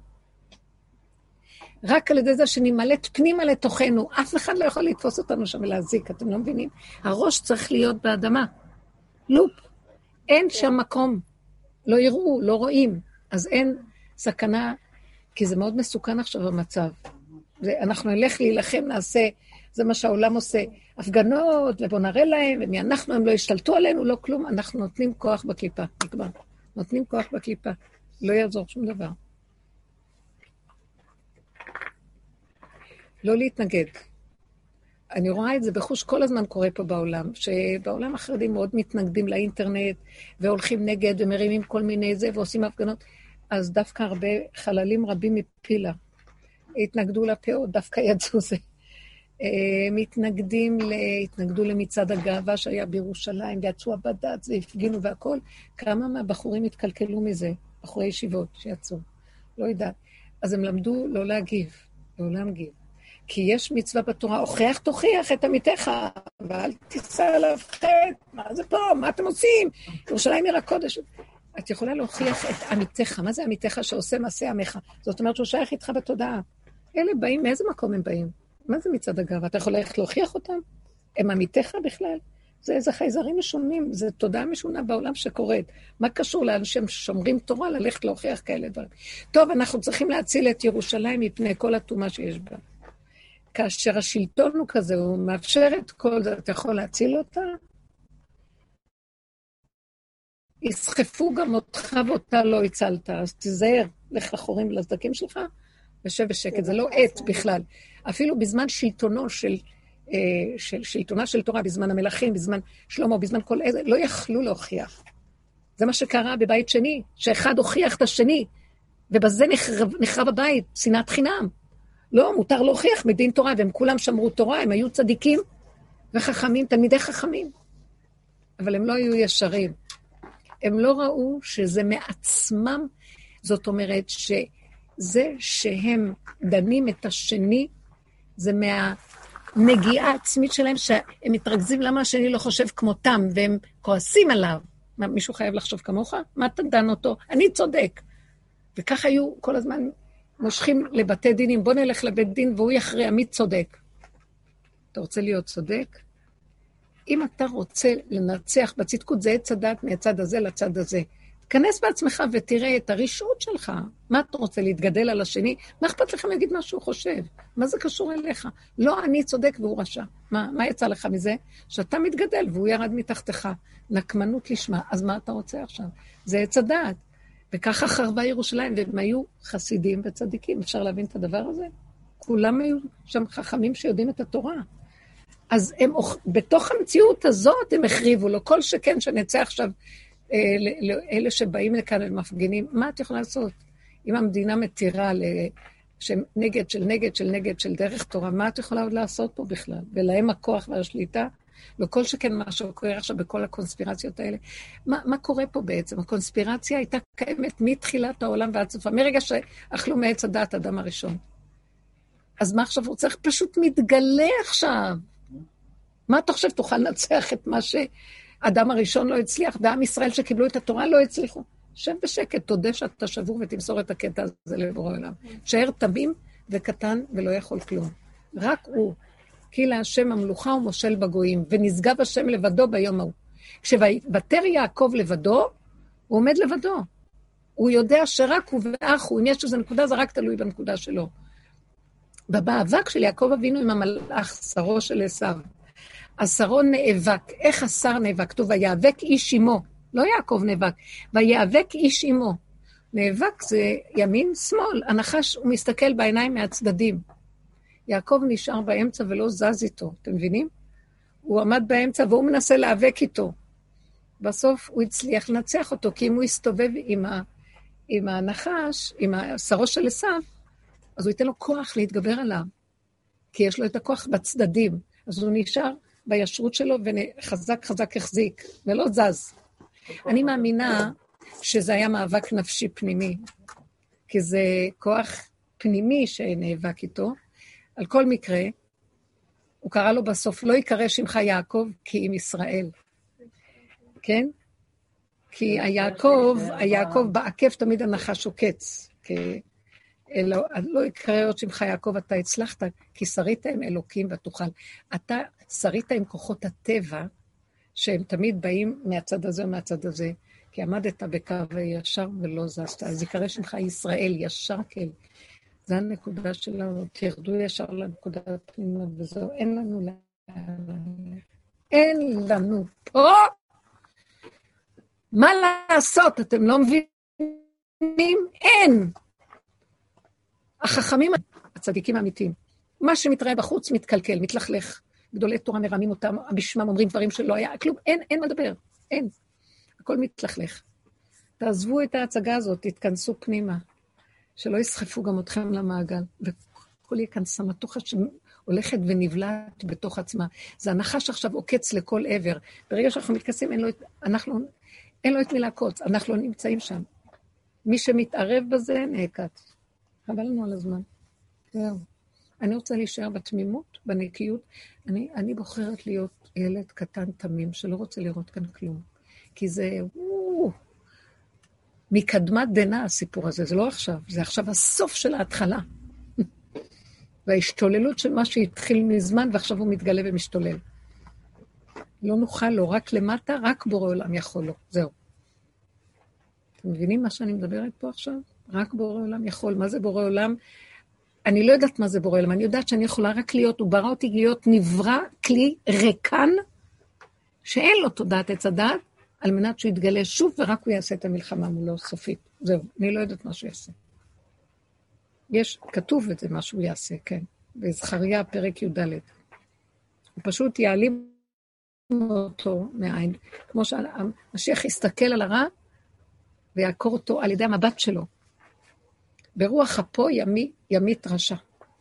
רק על ידי זה שנמלט פנימה לתוכנו, אף אחד לא יכול לתפוס אותנו שם ולהזיק, אתם לא מבינים? הראש צריך להיות באדמה. לופ. אין שם מקום. לא יראו, לא רואים. אז אין סכנה, כי זה מאוד מסוכן עכשיו במצב. אנחנו נלך להילחם, נעשה, זה מה שהעולם עושה, הפגנות, ובוא נראה להם, ומי אנחנו, הם לא ישתלטו עלינו, לא כלום, אנחנו נותנים כוח בקליפה, נקבע. נותנים כוח בקליפה, לא יעזור שום דבר. לא להתנגד. אני רואה את זה בחוש כל הזמן קורה פה בעולם, שבעולם החרדים מאוד מתנגדים לאינטרנט, והולכים נגד ומרימים כל מיני זה, ועושים הפגנות, אז דווקא הרבה חללים רבים מפילה. התנגדו לפאות, דווקא יצאו זה. מתנגדים, התנגדו למצעד הגאווה שהיה בירושלים, ויצאו הבד"ץ והפגינו והכל. כמה מהבחורים התקלקלו מזה, בחורי ישיבות שיצאו. לא יודעת. אז הם למדו לא להגיב, לא להגיב. כי יש מצווה בתורה, הוכיח תוכיח את עמיתך, ואל תישא עליו חטא, מה זה פה, מה אתם עושים? ירושלים עיר הקודש. את יכולה להוכיח את עמיתך, מה זה עמיתך שעושה מעשה עמך? זאת אומרת שהוא שייך איתך בתודעה. אלה באים, מאיזה מקום הם באים? מה זה מצד הגאווה? אתה יכול ללכת להוכיח אותם? הם עמיתיך בכלל? זה איזה חייזרים משונים, זה תודעה משונה בעולם שקורית. מה קשור לאנשים ששומרים תורה ללכת להוכיח כאלה דברים? טוב, אנחנו צריכים להציל את ירושלים מפני כל הטומאה שיש בה. כאשר השלטון הוא כזה, הוא מאפשר את כל זה, אתה יכול להציל אותה? יסחפו גם אותך ואותה לא הצלת, אז תזהר, לך לחורים לסדקים שלך, ושב בשקט, זה לא עת בכלל. אפילו בזמן שלטונו של, של שלטונה של תורה, בזמן המלכים, בזמן שלמה, בזמן כל איזה, לא יכלו להוכיח. זה מה שקרה בבית שני, שאחד הוכיח את השני, ובזה נחרב, נחרב הבית, שנאת חינם. לא, מותר להוכיח מדין תורה, והם כולם שמרו תורה, הם היו צדיקים וחכמים, תלמידי חכמים. אבל הם לא היו ישרים. הם לא ראו שזה מעצמם, זאת אומרת שזה שהם דנים את השני, זה מהנגיעה העצמית שלהם, שהם מתרכזים למה השני לא חושב כמותם, והם כועסים עליו. מה, מישהו חייב לחשוב כמוך? מה אתה דן אותו? אני צודק. וכך היו כל הזמן מושכים לבתי דינים, בוא נלך לבית דין והוא יכריע מי צודק. אתה רוצה להיות צודק? אם אתה רוצה לנצח בצדקות, זה עץ הדת מהצד הזה לצד הזה. תכנס בעצמך ותראה את הרשעות שלך. מה אתה רוצה, להתגדל על השני? מה אכפת לך להגיד מה שהוא חושב? מה זה קשור אליך? לא, אני צודק והוא רשע. מה, מה יצא לך מזה? שאתה מתגדל והוא ירד מתחתך. נקמנות לשמה. אז מה אתה רוצה עכשיו? זה עץ הדת. וככה חרבה ירושלים, והם היו חסידים וצדיקים. אפשר להבין את הדבר הזה? כולם היו שם חכמים שיודעים את התורה. אז הם, בתוך המציאות הזאת הם החריבו לו, כל שכן שנצא עכשיו אה, לאלה שבאים לכאן ומפגינים, מה את יכולה לעשות? אם המדינה מתירה נגד של נגד של נגד של דרך תורה, מה את יכולה עוד לעשות פה בכלל? ולהם הכוח והשליטה, לא כל שכן מה שקורה עכשיו בכל הקונספירציות האלה. מה, מה קורה פה בעצם? הקונספירציה הייתה קיימת מתחילת העולם ועד סופה, מרגע שאכלו מעץ הדת אדם הראשון. אז מה עכשיו? הוא צריך פשוט מתגלה עכשיו. מה אתה חושב? תוכל לנצח את מה שאדם הראשון לא הצליח, ועם ישראל שקיבלו את התורה לא הצליחו. שב בשקט, תודה שאתה שבור ותמסור את הקטע הזה לבורא עולם. שער תמים וקטן ולא יכול כלום. רק הוא, כי להשם המלוכה הוא מושל בגויים, ונשגב השם לבדו ביום ההוא. כשבתר יעקב לבדו, הוא עומד לבדו. הוא יודע שרק הוא ואח הוא, אם יש איזו נקודה, זה רק תלוי בנקודה שלו. ובאבק של יעקב אבינו עם המלאך, שרו של עשיו, השרו נאבק. איך השר נאבק? כתוב, ויאבק איש עמו. לא יעקב נאבק, ויאבק איש עמו. נאבק זה ימין, שמאל. הנחש הוא מסתכל בעיניים מהצדדים. יעקב נשאר באמצע ולא זז איתו, אתם מבינים? הוא עמד באמצע והוא מנסה להיאבק איתו. בסוף הוא הצליח לנצח אותו, כי אם הוא יסתובב עם, ה, עם הנחש, עם השרו של עשיו, אז הוא ייתן לו כוח להתגבר עליו, כי יש לו את הכוח בצדדים. אז הוא נשאר בישרות שלו וחזק חזק החזיק, ולא זז. אני מאמינה שזה היה מאבק נפשי פנימי, כי זה כוח פנימי שנאבק איתו. על כל מקרה, הוא קרא לו בסוף, לא יקרא שמך יעקב, כי עם ישראל. כן? כי היעקב, היעקב בעקב תמיד הנחש עוקץ, כי אלו, לא יקרא עוד שמך יעקב, אתה הצלחת, כי שרית עם אלוקים ותוכל. אתה שרית עם כוחות הטבע, שהם תמיד באים מהצד הזה ומהצד הזה, כי עמדת בקו הישר ולא זזת. אז יקרא שמך ישראל, ישר כל. זו הנקודה שלנו, תרדו ישר לנקודה הפנימה, וזהו, אין לנו לה... אין לנו פה מה לעשות, אתם לא מבינים? אין. החכמים, הצדיקים האמיתיים, מה שמתראה בחוץ מתקלקל, מתלכלך, גדולי תורה מרמים אותם, בשמם אומרים דברים שלא היה, כלום, אין, אין מה לדבר, אין. הכל מתלכלך. תעזבו את ההצגה הזאת, תתכנסו פנימה, שלא יסחפו גם אתכם למעגל, וכל יכאן סמטוחה שהולכת ונבלעת בתוך עצמה. זה הנחש עכשיו עוקץ לכל עבר. ברגע שאנחנו מתכנסים, אין לו את, אנחנו, אין לו את מי לעקוץ, אנחנו לא נמצאים שם. מי שמתערב בזה, נעקץ. חבל לנו על הזמן. זהו. אני רוצה להישאר בתמימות, בנקיות. אני, אני בוחרת להיות ילד קטן תמים, שלא רוצה לראות כאן כלום. כי זה, וואו, מקדמת דנה הסיפור הזה, זה לא עכשיו, זה עכשיו הסוף של ההתחלה. וההשתוללות של מה שהתחיל מזמן, ועכשיו הוא מתגלה ומשתולל. לא נוכל לו, רק למטה, רק בורא עולם יכול לו. זהו. אתם מבינים מה שאני מדברת פה עכשיו? רק בורא עולם יכול. מה זה בורא עולם? אני לא יודעת מה זה בורא עולם, אני יודעת שאני יכולה רק להיות, הוא ברא אותי להיות נברא כלי ריקן, שאין לו תודעת עץ הדעת, על מנת שהוא יתגלה שוב, ורק הוא יעשה את המלחמה מולו סופית. זהו, אני לא יודעת מה שהוא יעשה. יש, כתוב את זה, מה שהוא יעשה, כן. בזכריה, פרק י"ד. הוא פשוט יעלים אותו מהעין, כמו שהמשיח יסתכל על הרע, ויעקור אותו על ידי המבט שלו. ברוח אפו ימי, ימית רשע.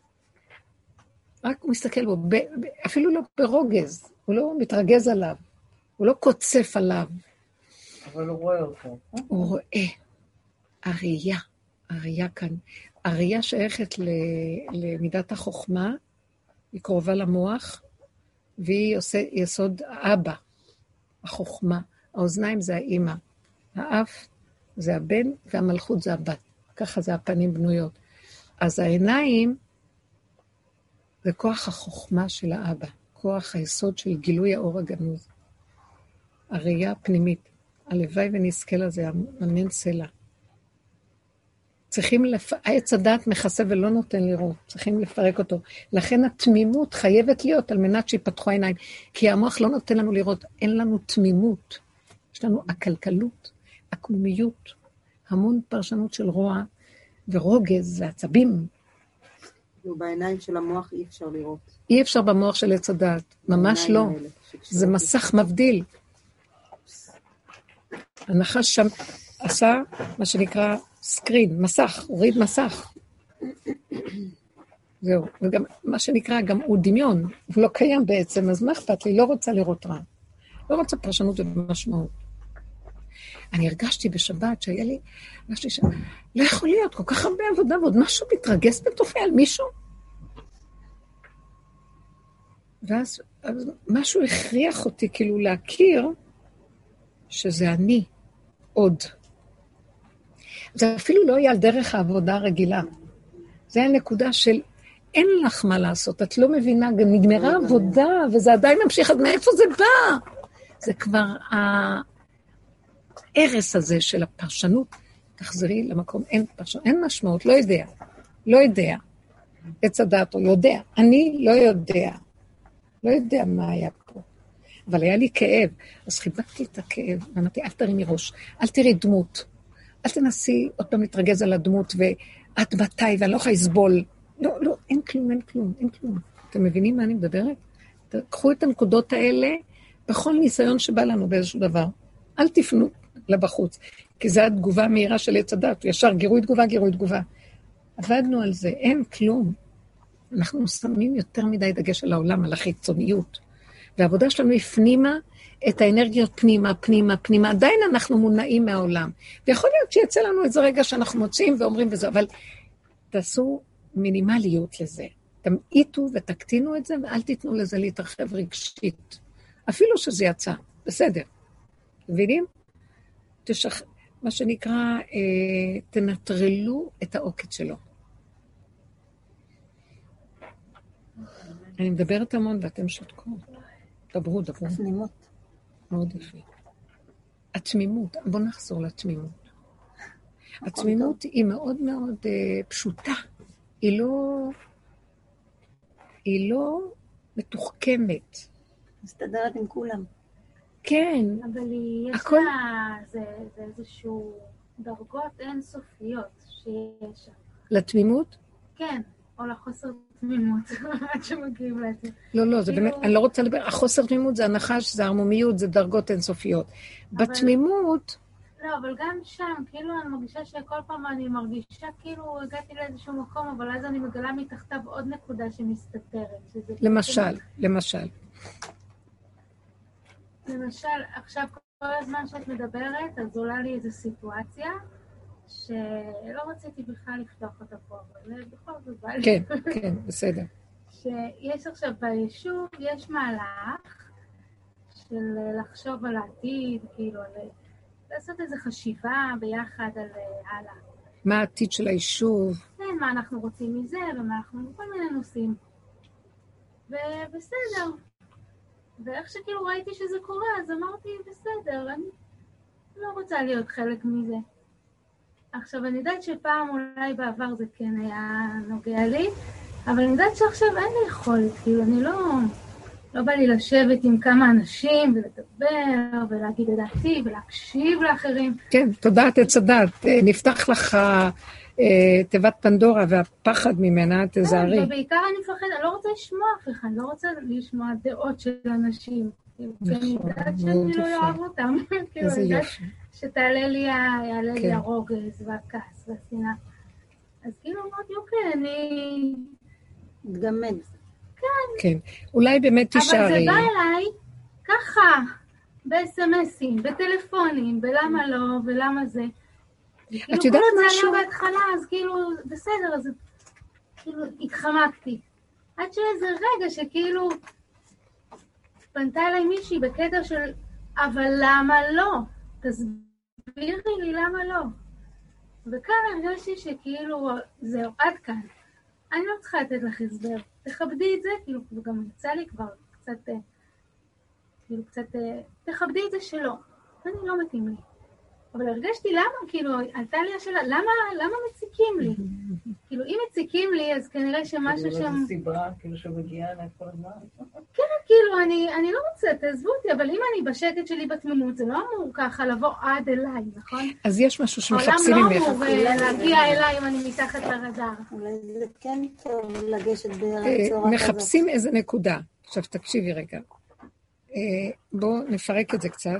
רק הוא מסתכל בו, ב, ב, אפילו לא ברוגז, הוא לא מתרגז עליו, הוא לא קוצף עליו. אבל הוא רואה אותו. הוא רואה. הראייה, הראייה כאן. הראייה שייכת ל, למידת החוכמה, היא קרובה למוח, והיא עושה יסוד האבא, החוכמה. האוזניים זה האמא, האף זה הבן, והמלכות זה הבת. ככה זה הפנים בנויות. אז העיניים זה כוח החוכמה של האבא, כוח היסוד של גילוי האור הגנוז. הראייה הפנימית, הלוואי ונזכה לזה, אמן סלע. צריכים, לפ... העץ הדעת מכסה ולא נותן לראות, צריכים לפרק אותו. לכן התמימות חייבת להיות על מנת שיפתחו העיניים, כי המוח לא נותן לנו לראות, אין לנו תמימות, יש לנו הקלקלות, הקומיות, המון פרשנות של רוע ורוגז ועצבים. ובעיניים של המוח אי אפשר לראות. אי אפשר במוח של עץ הדעת, ממש לא. זה מסך מבדיל. הנחש שם עשה מה שנקרא סקרין, מסך, הוריד מסך. זהו, וגם מה שנקרא, גם הוא דמיון, הוא לא קיים בעצם, אז מה אכפת לי? לא רוצה לראות רע. לא רוצה פרשנות ומשמעות. אני הרגשתי בשבת שהיה לי, הרגשתי שם, לא יכול להיות כל כך הרבה עבודה, ועוד משהו מתרגש בתוכי על מישהו. ואז משהו הכריח אותי כאילו להכיר שזה אני עוד. זה אפילו לא היה על דרך העבודה הרגילה. זה הנקודה של אין לך מה לעשות, את לא מבינה, גם נגמרה עבודה, וזה עדיין ממשיך, עד מאיפה זה בא? זה כבר הערס הזה של הפרשנות. תחזרי למקום, אין פרשנות, אין משמעות, לא יודע. לא יודע. עץ הדעת, הוא יודע. אני לא יודע. לא יודע מה היה פה. אבל היה לי כאב, אז חיבקתי את הכאב, ואמרתי, אל תרימי ראש, אל תראי דמות, אל תנסי עוד פעם להתרגז על הדמות, ואת מתי, ואני לא יכולה לסבול. לא, לא, אין כלום, אין כלום, אין כלום. אתם מבינים מה אני מדברת? קחו את הנקודות האלה, בכל ניסיון שבא לנו באיזשהו דבר. אל תפנו לבחוץ, כי זו התגובה המהירה של עץ הדת, ישר גירוי תגובה, גירוי תגובה. עבדנו על זה, אין כלום. אנחנו שמים יותר מדי דגש על העולם, על החיצוניות. והעבודה שלנו הפנימה את האנרגיות פנימה, פנימה, פנימה. עדיין אנחנו מונעים מהעולם. ויכול להיות שיצא לנו איזה רגע שאנחנו מוצאים ואומרים וזה, אבל תעשו מינימליות לזה. תמעיטו ותקטינו את זה, ואל תיתנו לזה להתרחב רגשית. אפילו שזה יצא, בסדר. מבינים? תשח... מה שנקרא, אה, תנטרלו את העוקץ שלו. אני מדברת המון ואתם שותקות. דברו, דברו. תמימות. מאוד יפה. התמימות, בואו נחזור לתמימות. התמימות היא מאוד מאוד uh, פשוטה. היא לא, היא לא מתוחכמת. מסתדרת עם כולם. כן. אבל יש הכל... לה, זה, זה איזשהו דרגות אינסופיות שיש. לתמימות? כן, או לחוסר תמימות, עד שמגיעים לזה. לא, לא, זה באמת, אני לא רוצה לדבר, החוסר תמימות זה הנחש, זה הרמומיות, זה דרגות אינסופיות. בתמימות... לא, אבל גם שם, כאילו אני מרגישה שכל פעם אני מרגישה כאילו הגעתי לאיזשהו מקום, אבל אז אני מגלה מתחתיו עוד נקודה שמסתתרת. למשל, למשל. למשל, עכשיו כל הזמן שאת מדברת, אז עולה לי איזו סיטואציה, שלא רציתי בכלל לפתוח אותה פה, אבל בכל זאת בא לי. כן, כן, בסדר. שיש עכשיו ביישוב, יש מהלך של לחשוב על העתיד, כאילו, על... לעשות איזו חשיבה ביחד על הלאה. מה העתיד של היישוב? כן, מה אנחנו רוצים מזה, ומה אנחנו, כל מיני נושאים. ובסדר. ואיך שכאילו ראיתי שזה קורה, אז אמרתי, בסדר, אני לא רוצה להיות חלק מזה. עכשיו, אני יודעת שפעם אולי בעבר זה כן היה נוגע לי, אבל אני יודעת שעכשיו אין לי יכולת, כאילו, אני לא... לא בא לי לשבת עם כמה אנשים ולדבר ולהגיד את דעתי ולהקשיב לאחרים. כן, תודעת עץ הדת. נפתח לך תיבת פנדורה והפחד ממנה תזהרי. כן, ובעיקר אני מפחד, אני לא רוצה לשמוע אף אחד, אני לא רוצה לשמוע דעות של אנשים. כי אני יודעת שאני לא אוהב אותם. איזה יופי. שתעלה לי, יעלה לי הרוגז והכעס והשנאה. אז כאילו אמרתי, אוקיי, אני... מתגמד. כן, אולי באמת תישארי. אבל זה בא אליי ככה, ב-אס-אם-אסים, בטלפונים, ולמה לא, ולמה זה. את יודעת משהו? כאילו כל זה היה בהתחלה, אז כאילו, בסדר, אז כאילו התחמקתי. עד שאיזה רגע שכאילו פנתה אליי מישהי בקטע של, אבל למה לא? תסבירי לי למה לא. וכאן הרגשתי שכאילו, זהו, עד כאן. אני לא צריכה לתת לך הסבר. תכבדי את זה, כאילו, וגם יצא לי כבר קצת, כאילו, קצת, תכבדי את זה שלא. אני לא מתאים לי. אבל הרגשתי למה, כאילו, עלתה לי השאלה, למה, למה מציקים לי? כאילו, אם מציקים לי, אז כנראה שמשהו שם... כאילו, זו סיבה, כאילו, שמגיעה אליי כל הזמן. כן, כאילו, אני, אני לא רוצה, תעזבו אותי, אבל אם אני בשקט שלי בתמימות, זה לא אמור ככה לבוא עד אליי, נכון? אז יש משהו שמחפשים ממך. העולם לא אמור להגיע אליי אם אני מתחת לרדאר. אולי זה כן טוב לגשת בצורה כזאת. מחפשים איזה נקודה. עכשיו, תקשיבי רגע. בואו נפרק את זה קצת.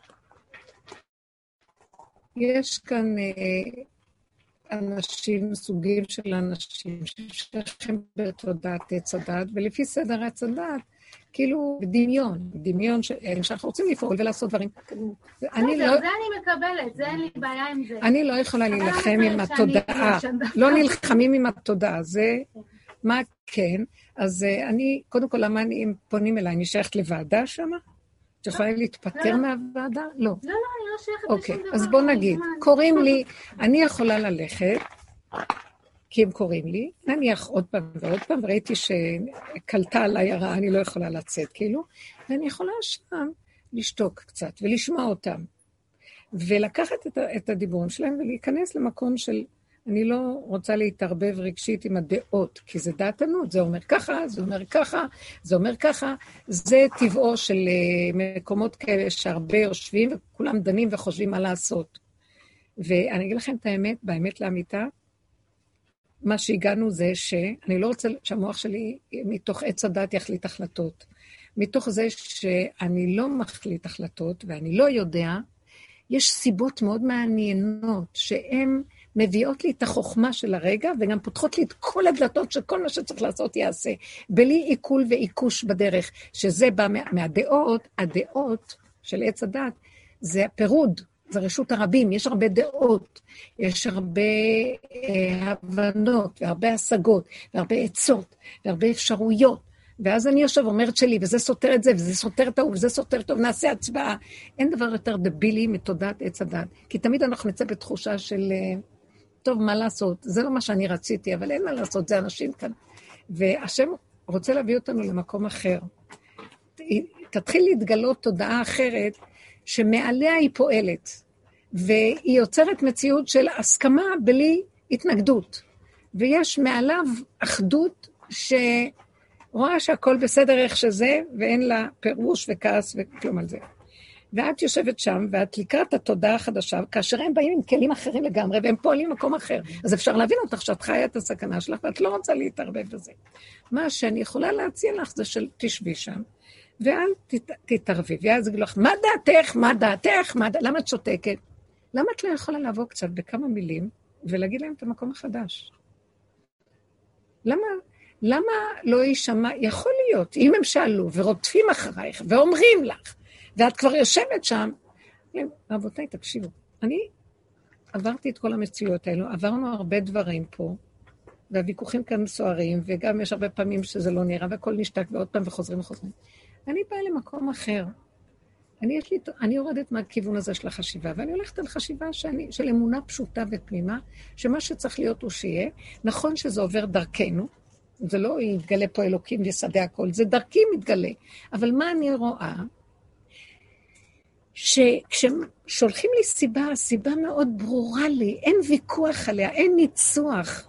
יש כאן אנשים, סוגים של אנשים, ששייכים בתודעת עץ הדת, ולפי סדר עץ הדת, כאילו דמיון, דמיון שאנחנו רוצים לפעול ולעשות דברים. זה אני מקבלת, זה אין לי בעיה עם זה. אני לא יכולה להילחם עם התודעה, לא נלחמים עם התודעה, זה מה כן, אז אני, קודם כל, למה אם פונים אליי, אני שייכת לוועדה שמה? את יכולה להתפטר מהוועדה? לא. לא, לא, אני לא שייכת אוקיי, אז בוא נגיד, קוראים לי, אני יכולה ללכת, כי הם קוראים לי, נניח עוד פעם ועוד פעם, וראיתי שקלטה עליי הרעה, אני לא יכולה לצאת, כאילו, ואני יכולה שם לשתוק קצת, ולשמוע אותם, ולקחת את, את הדיבורים שלהם, ולהיכנס למקום של, אני לא רוצה להתערבב רגשית עם הדעות, כי זה דעתנות, זה אומר ככה, זה אומר ככה, זה אומר ככה, זה טבעו של מקומות כאלה שהרבה יושבים, וכולם דנים וחושבים מה לעשות. ואני אגיד לכם את האמת, באמת לאמיתה, מה שהגענו זה שאני לא רוצה שהמוח שלי מתוך עץ הדת יחליט החלטות. מתוך זה שאני לא מחליט החלטות, ואני לא יודע, יש סיבות מאוד מעניינות שהן מביאות לי את החוכמה של הרגע, וגם פותחות לי את כל הדלתות שכל מה שצריך לעשות יעשה, בלי עיכול ועיקוש בדרך, שזה בא מהדעות, הדעות של עץ הדת, זה הפירוד, זה רשות הרבים, יש הרבה דעות, יש הרבה אה, הבנות, והרבה השגות, והרבה עצות, והרבה אפשרויות, ואז אני יושב אומרת שלי, וזה סותר את זה, וזה סותר את ההוא, וזה סותר טוב, נעשה הצבעה. אין דבר יותר דבילי מתודעת עץ הדת, כי תמיד אנחנו נצא בתחושה של, טוב, מה לעשות? זה לא מה שאני רציתי, אבל אין מה לעשות, זה אנשים כאן. והשם רוצה להביא אותנו למקום אחר. תתחיל להתגלות תודעה אחרת, שמעליה היא פועלת, והיא יוצרת מציאות של הסכמה בלי התנגדות. ויש מעליו אחדות שרואה שהכל בסדר איך שזה, ואין לה פירוש וכעס וכלום על זה. ואת יושבת שם, ואת לקראת התודעה החדשה, כאשר הם באים עם כלים אחרים לגמרי, והם פועלים במקום אחר. אז אפשר להבין אותך שאת חיה את הסכנה שלך, ואת לא רוצה להתערבב בזה. מה שאני יכולה להציע לך זה של תשבי שם, ואל תת, תתערבי. ואז יגידו לך, מה דעתך, מה דעתך, מה דע... למה את שותקת? למה את לא יכולה לבוא קצת בכמה מילים, ולהגיד להם את המקום החדש? למה, למה לא יישמע? יכול להיות, אם הם שאלו, ורודפים אחרייך, ואומרים לך, ואת כבר יושבת שם, רבותיי, תקשיבו, אני עברתי את כל המציאות האלו, עברנו הרבה דברים פה, והוויכוחים כאן סוערים, וגם יש הרבה פעמים שזה לא נראה, והכל נשתק, ועוד פעם וחוזרים וחוזרים. אני באה למקום אחר. אני, יש לי, אני יורדת מהכיוון הזה של החשיבה, ואני הולכת על חשיבה שאני, של אמונה פשוטה ותמימה, שמה שצריך להיות הוא שיהיה. נכון שזה עובר דרכנו, זה לא יתגלה פה אלוקים ויסדה הכל, זה דרכי מתגלה. אבל מה אני רואה? שכששולחים לי סיבה, הסיבה מאוד ברורה לי, אין ויכוח עליה, אין ניצוח,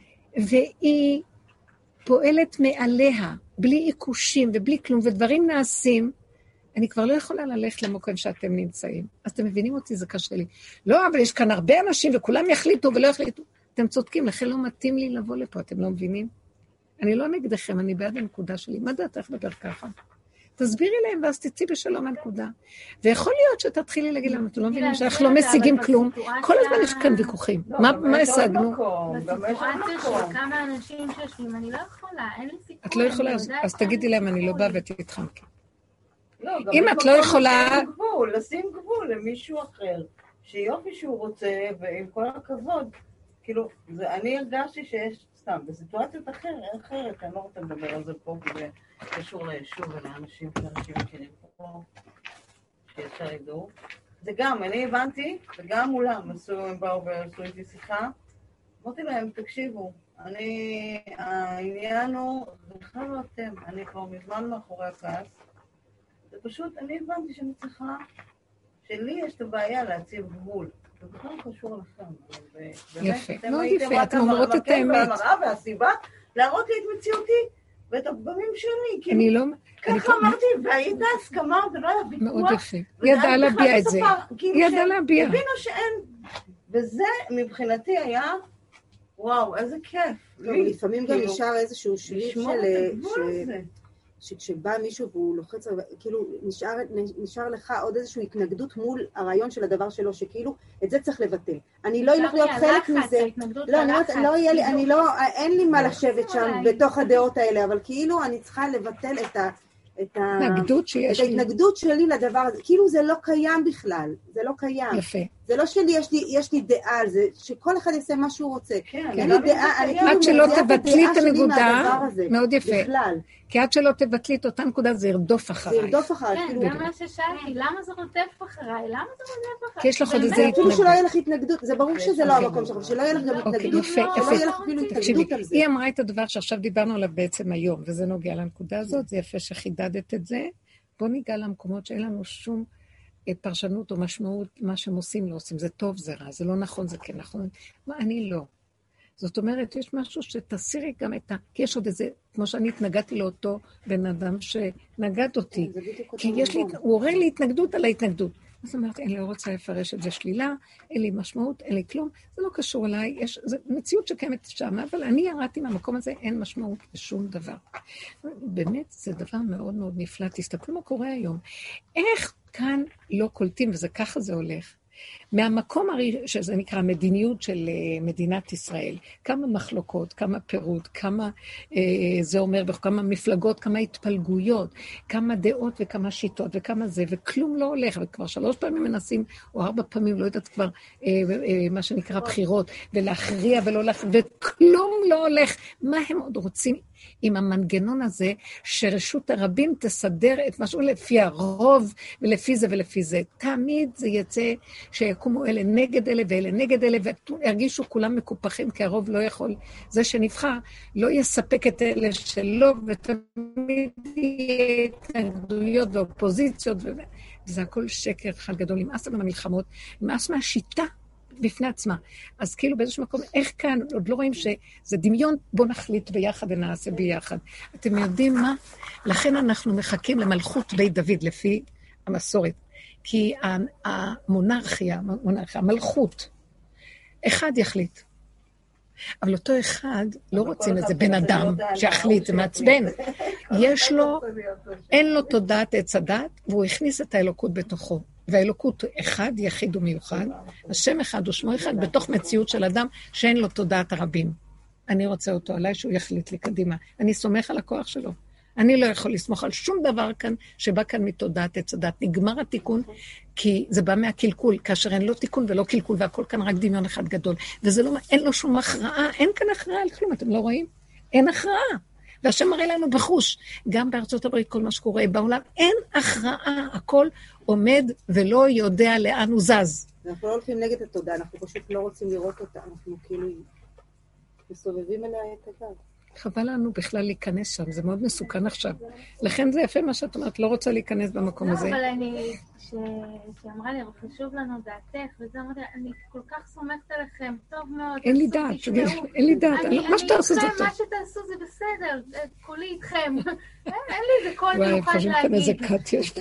והיא פועלת מעליה, בלי עיקושים ובלי כלום, ודברים נעשים, אני כבר לא יכולה ללכת למקום שאתם נמצאים. אז אתם מבינים אותי, זה קשה לי. לא, אבל יש כאן הרבה אנשים, וכולם יחליטו ולא יחליטו. אתם צודקים, לכן לא מתאים לי לבוא לפה, אתם לא מבינים? אני לא נגדכם, אני בעד הנקודה שלי. מה דעתך לדבר ככה? תסבירי להם, ואז תצאי בשלום הנקודה. ויכול להיות שתתחילי להגיד להם, אתם לא מבינים שאנחנו לא משיגים כלום. כל הזמן יש כאן ויכוחים. מה השגנו? בסיטואציה של כמה אנשים שיושבים, אני לא יכולה, אין לי סיכוי. את לא יכולה, אז תגידי להם, אני לא באה ותתחמקי. אם את לא יכולה... לשים גבול למישהו אחר, שיופי שהוא רוצה, ועם כל הכבוד, כאילו, אני הרגשתי שיש סתם, בסיטואציות אחרת, אני לא רוצה לדבר על זה פה, כי זה קשור לישוב ולאנשים, שאנשים מכירים פה, שישר ידעו. זה גם, אני הבנתי, וגם מולם, הם באו ועשו איתי שיחה, אמרתי להם, תקשיבו, אני, העניין הוא, זה בכלל לא אתם, אני כבר מזמן מאחורי הכעס, זה פשוט, אני הבנתי שאני צריכה, שלי יש את הבעיה להציב גבול. זה בכלל קשור לכם. יפה, מאוד יפה, אתם אומרות את האמת. והסיבה, להראות לי את מציאותי, ואת הפגמים שלי. אני לא... ככה אמרתי, והייתה הסכמה, ולא היה ויכוח. מאוד יפה. היא ידעה להביע את זה. היא ידעה להביע. הבינו שאין. וזה מבחינתי היה, וואו, איזה כיף. לפעמים גם נשאר איזשהו שביב של... שכשבא מישהו והוא לוחץ, כאילו נשאר, נשאר לך עוד איזושהי התנגדות מול הרעיון של הדבר שלו, שכאילו את זה צריך לבטל. אני לא אלך להיות חלק מזה. לא, אני אומרת, לא יהיה לי, אני לא, אין לי מה לשבת שם בתוך הדעות האלה, אבל כאילו אני צריכה לבטל את ה... את ההתנגדות שלי לדבר הזה, כאילו זה לא קיים בכלל, זה לא קיים. יפה. זה לא שלי, יש לי, יש לי דעה על זה, שכל אחד יעשה מה שהוא רוצה. כן, אין לי דעה, אני כאילו עד שלא תבטלי את הנקודה, מאוד יפה. בכלל. כי עד שלא תבטלי את אותה נקודה, זה ירדוף אחריי. זה ירדוף אחריי. כן, גם מה ששאלתי, למה זה רודף אחריי? למה זה רודף אחריי? כי יש לך עוד איזה התנגדות. אפילו שלא יהיה לך התנגדות, זה ברור שזה לא המקום שלך, שלא יהיה לך גם התנגדות, שלא יהיה לך אפילו התנגדות על זה. היא אמרה את הדבר שעכשיו דיברנו עליו בעצם היום, וזה נוגע לנקודה הזאת, זה יפה שחידדת את זה. בוא ניגע למקומות שאין לנו שום פרשנות או משמעות, מה שהם עושים לא עושים, זה טוב, זה רע, זה לא נכון, זה כן נכון. מה, אני לא. זאת אומרת, יש משהו שתסירי גם את ה... כי יש עוד איזה, כמו שאני התנגדתי לאותו בן אדם שנגד אותי. כי יש לי, הוא עורר לי התנגדות על ההתנגדות. זאת אומרת, אני לא רוצה לפרש את זה שלילה, אין לי משמעות, אין לי כלום, זה לא קשור אליי, יש, זה מציאות שקיימת שם, אבל אני ירדתי מהמקום הזה, אין משמעות לשום דבר. באמת, זה דבר מאוד מאוד נפלא, תסתכלו מה קורה היום. איך כאן לא קולטים, וזה ככה זה הולך, מהמקום שזה נקרא מדיניות של מדינת ישראל, כמה מחלוקות, כמה פירוט, כמה אה, זה אומר, כמה מפלגות, כמה התפלגויות, כמה דעות וכמה שיטות וכמה זה, וכלום לא הולך, וכבר שלוש פעמים מנסים, או ארבע פעמים, לא יודעת כבר, אה, אה, מה שנקרא בחירות, ולהכריע ולא להכריע, וכלום לא הולך. מה הם עוד רוצים עם המנגנון הזה, שרשות הרבים תסדר את משהו לפי הרוב, ולפי זה ולפי זה. תמיד זה יצא שיקומו אלה נגד אלה ואלה נגד אלה, והרגישו כולם מקופחים, כי הרוב לא יכול, זה שנבחר, לא יספק את אלה שלא, ותמיד יהיה התנגדויות ואופוזיציות, וזה הכל שקר אחד גדול, נמאס לנו מהמלחמות, נמאס מהשיטה, בפני עצמה. אז כאילו באיזשהו מקום, איך כאן, עוד לא רואים שזה דמיון, בוא נחליט ביחד ונעשה ביחד. אתם יודעים מה? לכן אנחנו מחכים למלכות בית דוד, לפי המסורת. כי המונרכיה, המונרכיה, המלכות, אחד יחליט. אבל אותו אחד, לא רוצים איזה בן אדם שיחליט, זה מעצבן. יש לו, אין לו תודעת עץ הדת, והוא הכניס את האלוקות בתוכו. והאלוקות אחד, יחיד ומיוחד, השם אחד ושמו אחד, בתוך מציאות של אדם שאין לו תודעת הרבים. אני רוצה אותו עליי שהוא יחליט לי קדימה. אני סומך על הכוח שלו. אני לא יכול לסמוך על שום דבר כאן, שבא כאן מתודעת עץ הדת. נגמר התיקון, כי זה בא מהקלקול, כאשר אין לו תיקון ולא קלקול, והכל כאן רק דמיון אחד גדול. וזה לא, אין לו שום הכרעה, אין כאן הכרעה על כלום, אתם לא רואים? אין הכרעה. והשם מראה לנו בחוש, גם בארצות הברית כל מה שקורה בעולם, אין הכרעה, הכל עומד ולא יודע לאן הוא זז. אנחנו לא הולכים נגד התודעה, אנחנו פשוט לא רוצים לראות אותה, אנחנו כאילו מסובבים אליה את הגב. חבל לנו בכלל להיכנס שם, זה מאוד מסוכן עכשיו. לכן זה יפה מה שאת אומרת, לא רוצה להיכנס במקום הזה. לא, אבל אני, שאמרה לי, חשוב לנו דעתך, וזה אמרתי, אני כל כך סומכת עליכם, טוב מאוד. אין לי דעת, אין לי דעת, מה שתעשו זה טוב. מה שתעשו זה בסדר, כולי איתכם. אין לי איזה קול מיוחד להגיד. וואי, חושבים כאן איזה קט יש.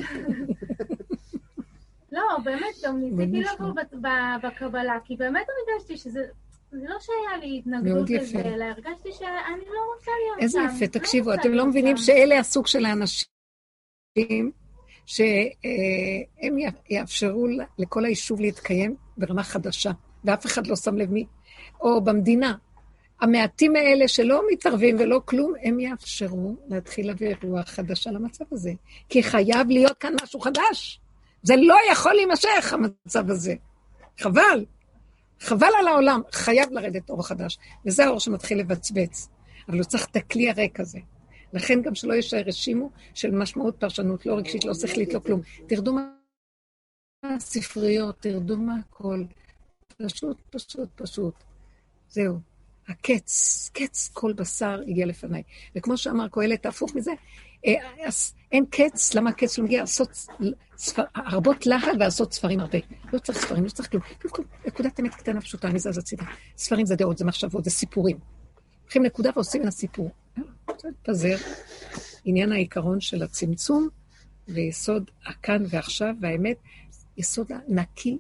לא, באמת, גם ניסיתי לבוא בקבלה, כי באמת הרגשתי שזה... זה לא שהיה לי התנגדות לזה, אלא הרגשתי שאני לא רוצה להיות איזה שם. איזה יפה, תקשיבו, אתם לא מבינים שאלה הסוג של האנשים שהם יאפשרו לכל היישוב להתקיים ברמה חדשה, ואף אחד לא שם לב מי, או במדינה. המעטים האלה שלא מתערבים ולא כלום, הם יאפשרו להתחיל להביא רוח חדשה למצב הזה. כי חייב להיות כאן משהו חדש. זה לא יכול להימשך, המצב הזה. חבל. חבל על העולם, חייב לרדת אור חדש, וזה האור שמתחיל לבצבץ, אבל הוא צריך את הכלי הריק הזה. לכן גם שלא יש רשימו של משמעות פרשנות, לא רגשית, לא שכלית, לא כלום. תרדו מהספריות, תרדו מהכל, פשוט, פשוט, פשוט. זהו, הקץ, קץ כל בשר הגיע לפניי. וכמו שאמר קהלת, הפוך מזה, אין קץ, למה הקץ לא מגיע? הרבות להג ועשות ספרים הרבה. לא צריך ספרים, לא צריך כלום. נקודת אמת קטנה פשוטה, אני זז הצידה. ספרים זה דעות, זה מחשבות, זה סיפורים. הולכים נקודה ועושים מן הסיפור. זה פזר. עניין העיקרון של הצמצום, ויסוד הכאן ועכשיו, והאמת, יסוד הנקי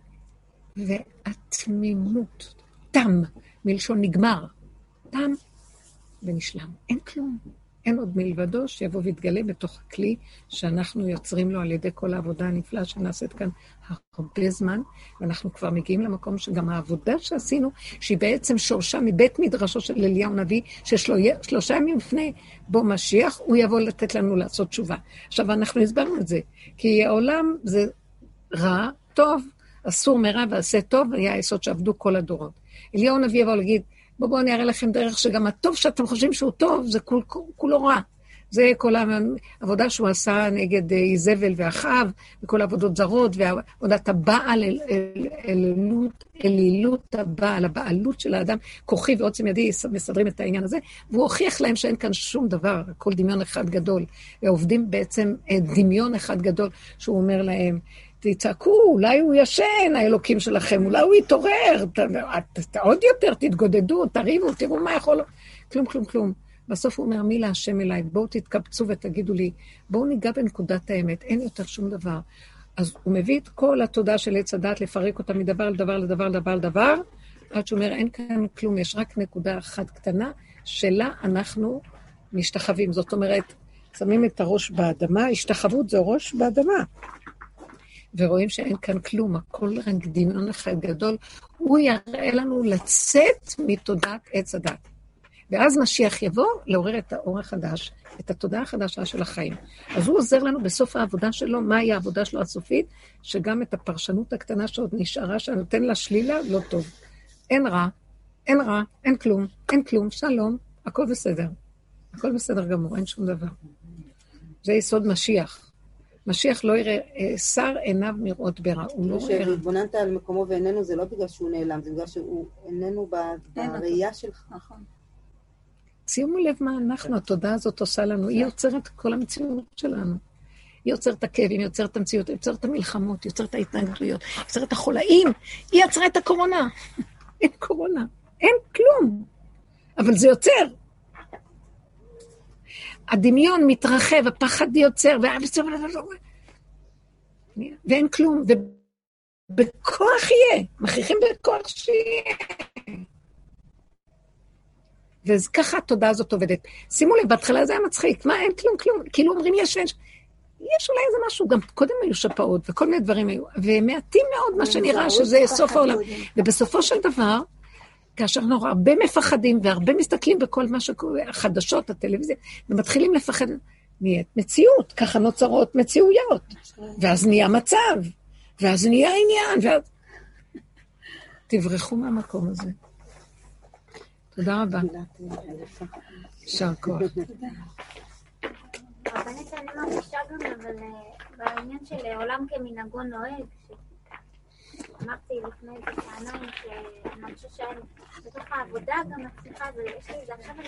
והתמימות. תם, מלשון נגמר. תם ונשלם. אין כלום. אין עוד מלבדו שיבוא ויתגלה בתוך הכלי שאנחנו יוצרים לו על ידי כל העבודה הנפלאה שנעשית כאן הרבה זמן, ואנחנו כבר מגיעים למקום שגם העבודה שעשינו, שהיא בעצם שורשה מבית מדרשו של אליהו נביא, ששלושה ימים לפני בו משיח, הוא יבוא לתת לנו לעשות תשובה. עכשיו אנחנו הסברנו את זה, כי העולם זה רע, טוב, אסור מרע ועשה טוב, היה היסוד שעבדו כל הדורות. אליהו נביא יבוא להגיד, בואו בואו אני אראה לכם דרך שגם הטוב שאתם חושבים שהוא טוב, זה כול, כולו רע. זה כל העבודה שהוא עשה נגד איזבל ואחיו, וכל העבודות זרות, ועבודת הבעל, אל, אל, אלילות, אלילות הבעל, הבעלות של האדם, כוחי ועוצם ידי מסדרים את העניין הזה, והוא הוכיח להם שאין כאן שום דבר, הכל דמיון אחד גדול, ועובדים בעצם דמיון אחד גדול, שהוא אומר להם, תצעקו, אולי הוא ישן, האלוקים שלכם, אולי הוא יתעורר, ת, ת, ת, עוד יותר תתגודדו, תריבו, תראו מה יכול... כלום, כלום, כלום. בסוף הוא אומר, מי להשם אליי, בואו תתקבצו ותגידו לי, בואו ניגע בנקודת האמת, אין יותר שום דבר. אז הוא מביא את כל התודעה של עץ הדת, לפרק אותה מדבר לדבר לדבר לדבר לדבר, עד שהוא אומר, אין כאן כלום, יש רק נקודה אחת קטנה, שלה אנחנו משתחווים. זאת אומרת, שמים את הראש באדמה, השתחוות זה ראש באדמה. ורואים שאין כאן כלום, הכל רק דמיון אחד גדול, הוא יראה לנו לצאת מתודעת עץ הדת. ואז משיח יבוא לעורר את האור החדש, את התודעה החדשה של החיים. אז הוא עוזר לנו בסוף העבודה שלו, מהי העבודה שלו הסופית, שגם את הפרשנות הקטנה שעוד נשארה, שנותן לה שלילה, לא טוב. אין רע, אין רע, אין כלום, אין כלום, שלום, הכל בסדר. הכל בסדר גמור, אין שום דבר. זה יסוד משיח. משיח לא יראה, שר עיניו מראות ברע, הוא לא רואה. כשהתבוננת על מקומו ואיננו, זה לא בגלל שהוא נעלם, זה בגלל שהוא איננו בראייה שלך. נכון. שימו לב מה אנחנו, התודעה הזאת עושה לנו, היא יוצרת כל המציאות שלנו. היא יוצרת את הכאבים, היא יוצרת את המציאות, היא יוצרת את המלחמות, היא יוצרת את ההתנגדויות, היא יוצרת את החולאים, היא יצרה את הקורונה. אין קורונה, אין כלום. אבל זה יוצר. הדמיון מתרחב, הפחד יוצר, ואין כלום, ובכוח יהיה, מכריחים בכוח שיהיה. וככה התודעה הזאת עובדת. שימו לב, בהתחלה זה היה מצחיק, מה, אין כלום, כלום, כאילו אומרים יש ואין, יש אולי איזה משהו, גם קודם היו שפעות, וכל מיני דברים היו, ומעטים מאוד מה שנראה שזה סוף העולם. ובסופו של דבר, כאשר אנחנו הרבה מפחדים, והרבה מסתכלים בכל מה שקורה, החדשות, הטלוויזיה, ומתחילים לפחד, נהיית מציאות, ככה נוצרות מציאויות, ואז נהיה מצב, ואז נהיה עניין, ואז... תברחו מהמקום הזה. תודה רבה. יישר כוח. רבנית, אני מרגישה גם, אבל בעניין של עולם כמנהגו נוהג, אמרתי לפני איזה פעמיים שאני מרגישה שאני בתוך העבודה גם מצליחה, ויש לי, עכשיו אני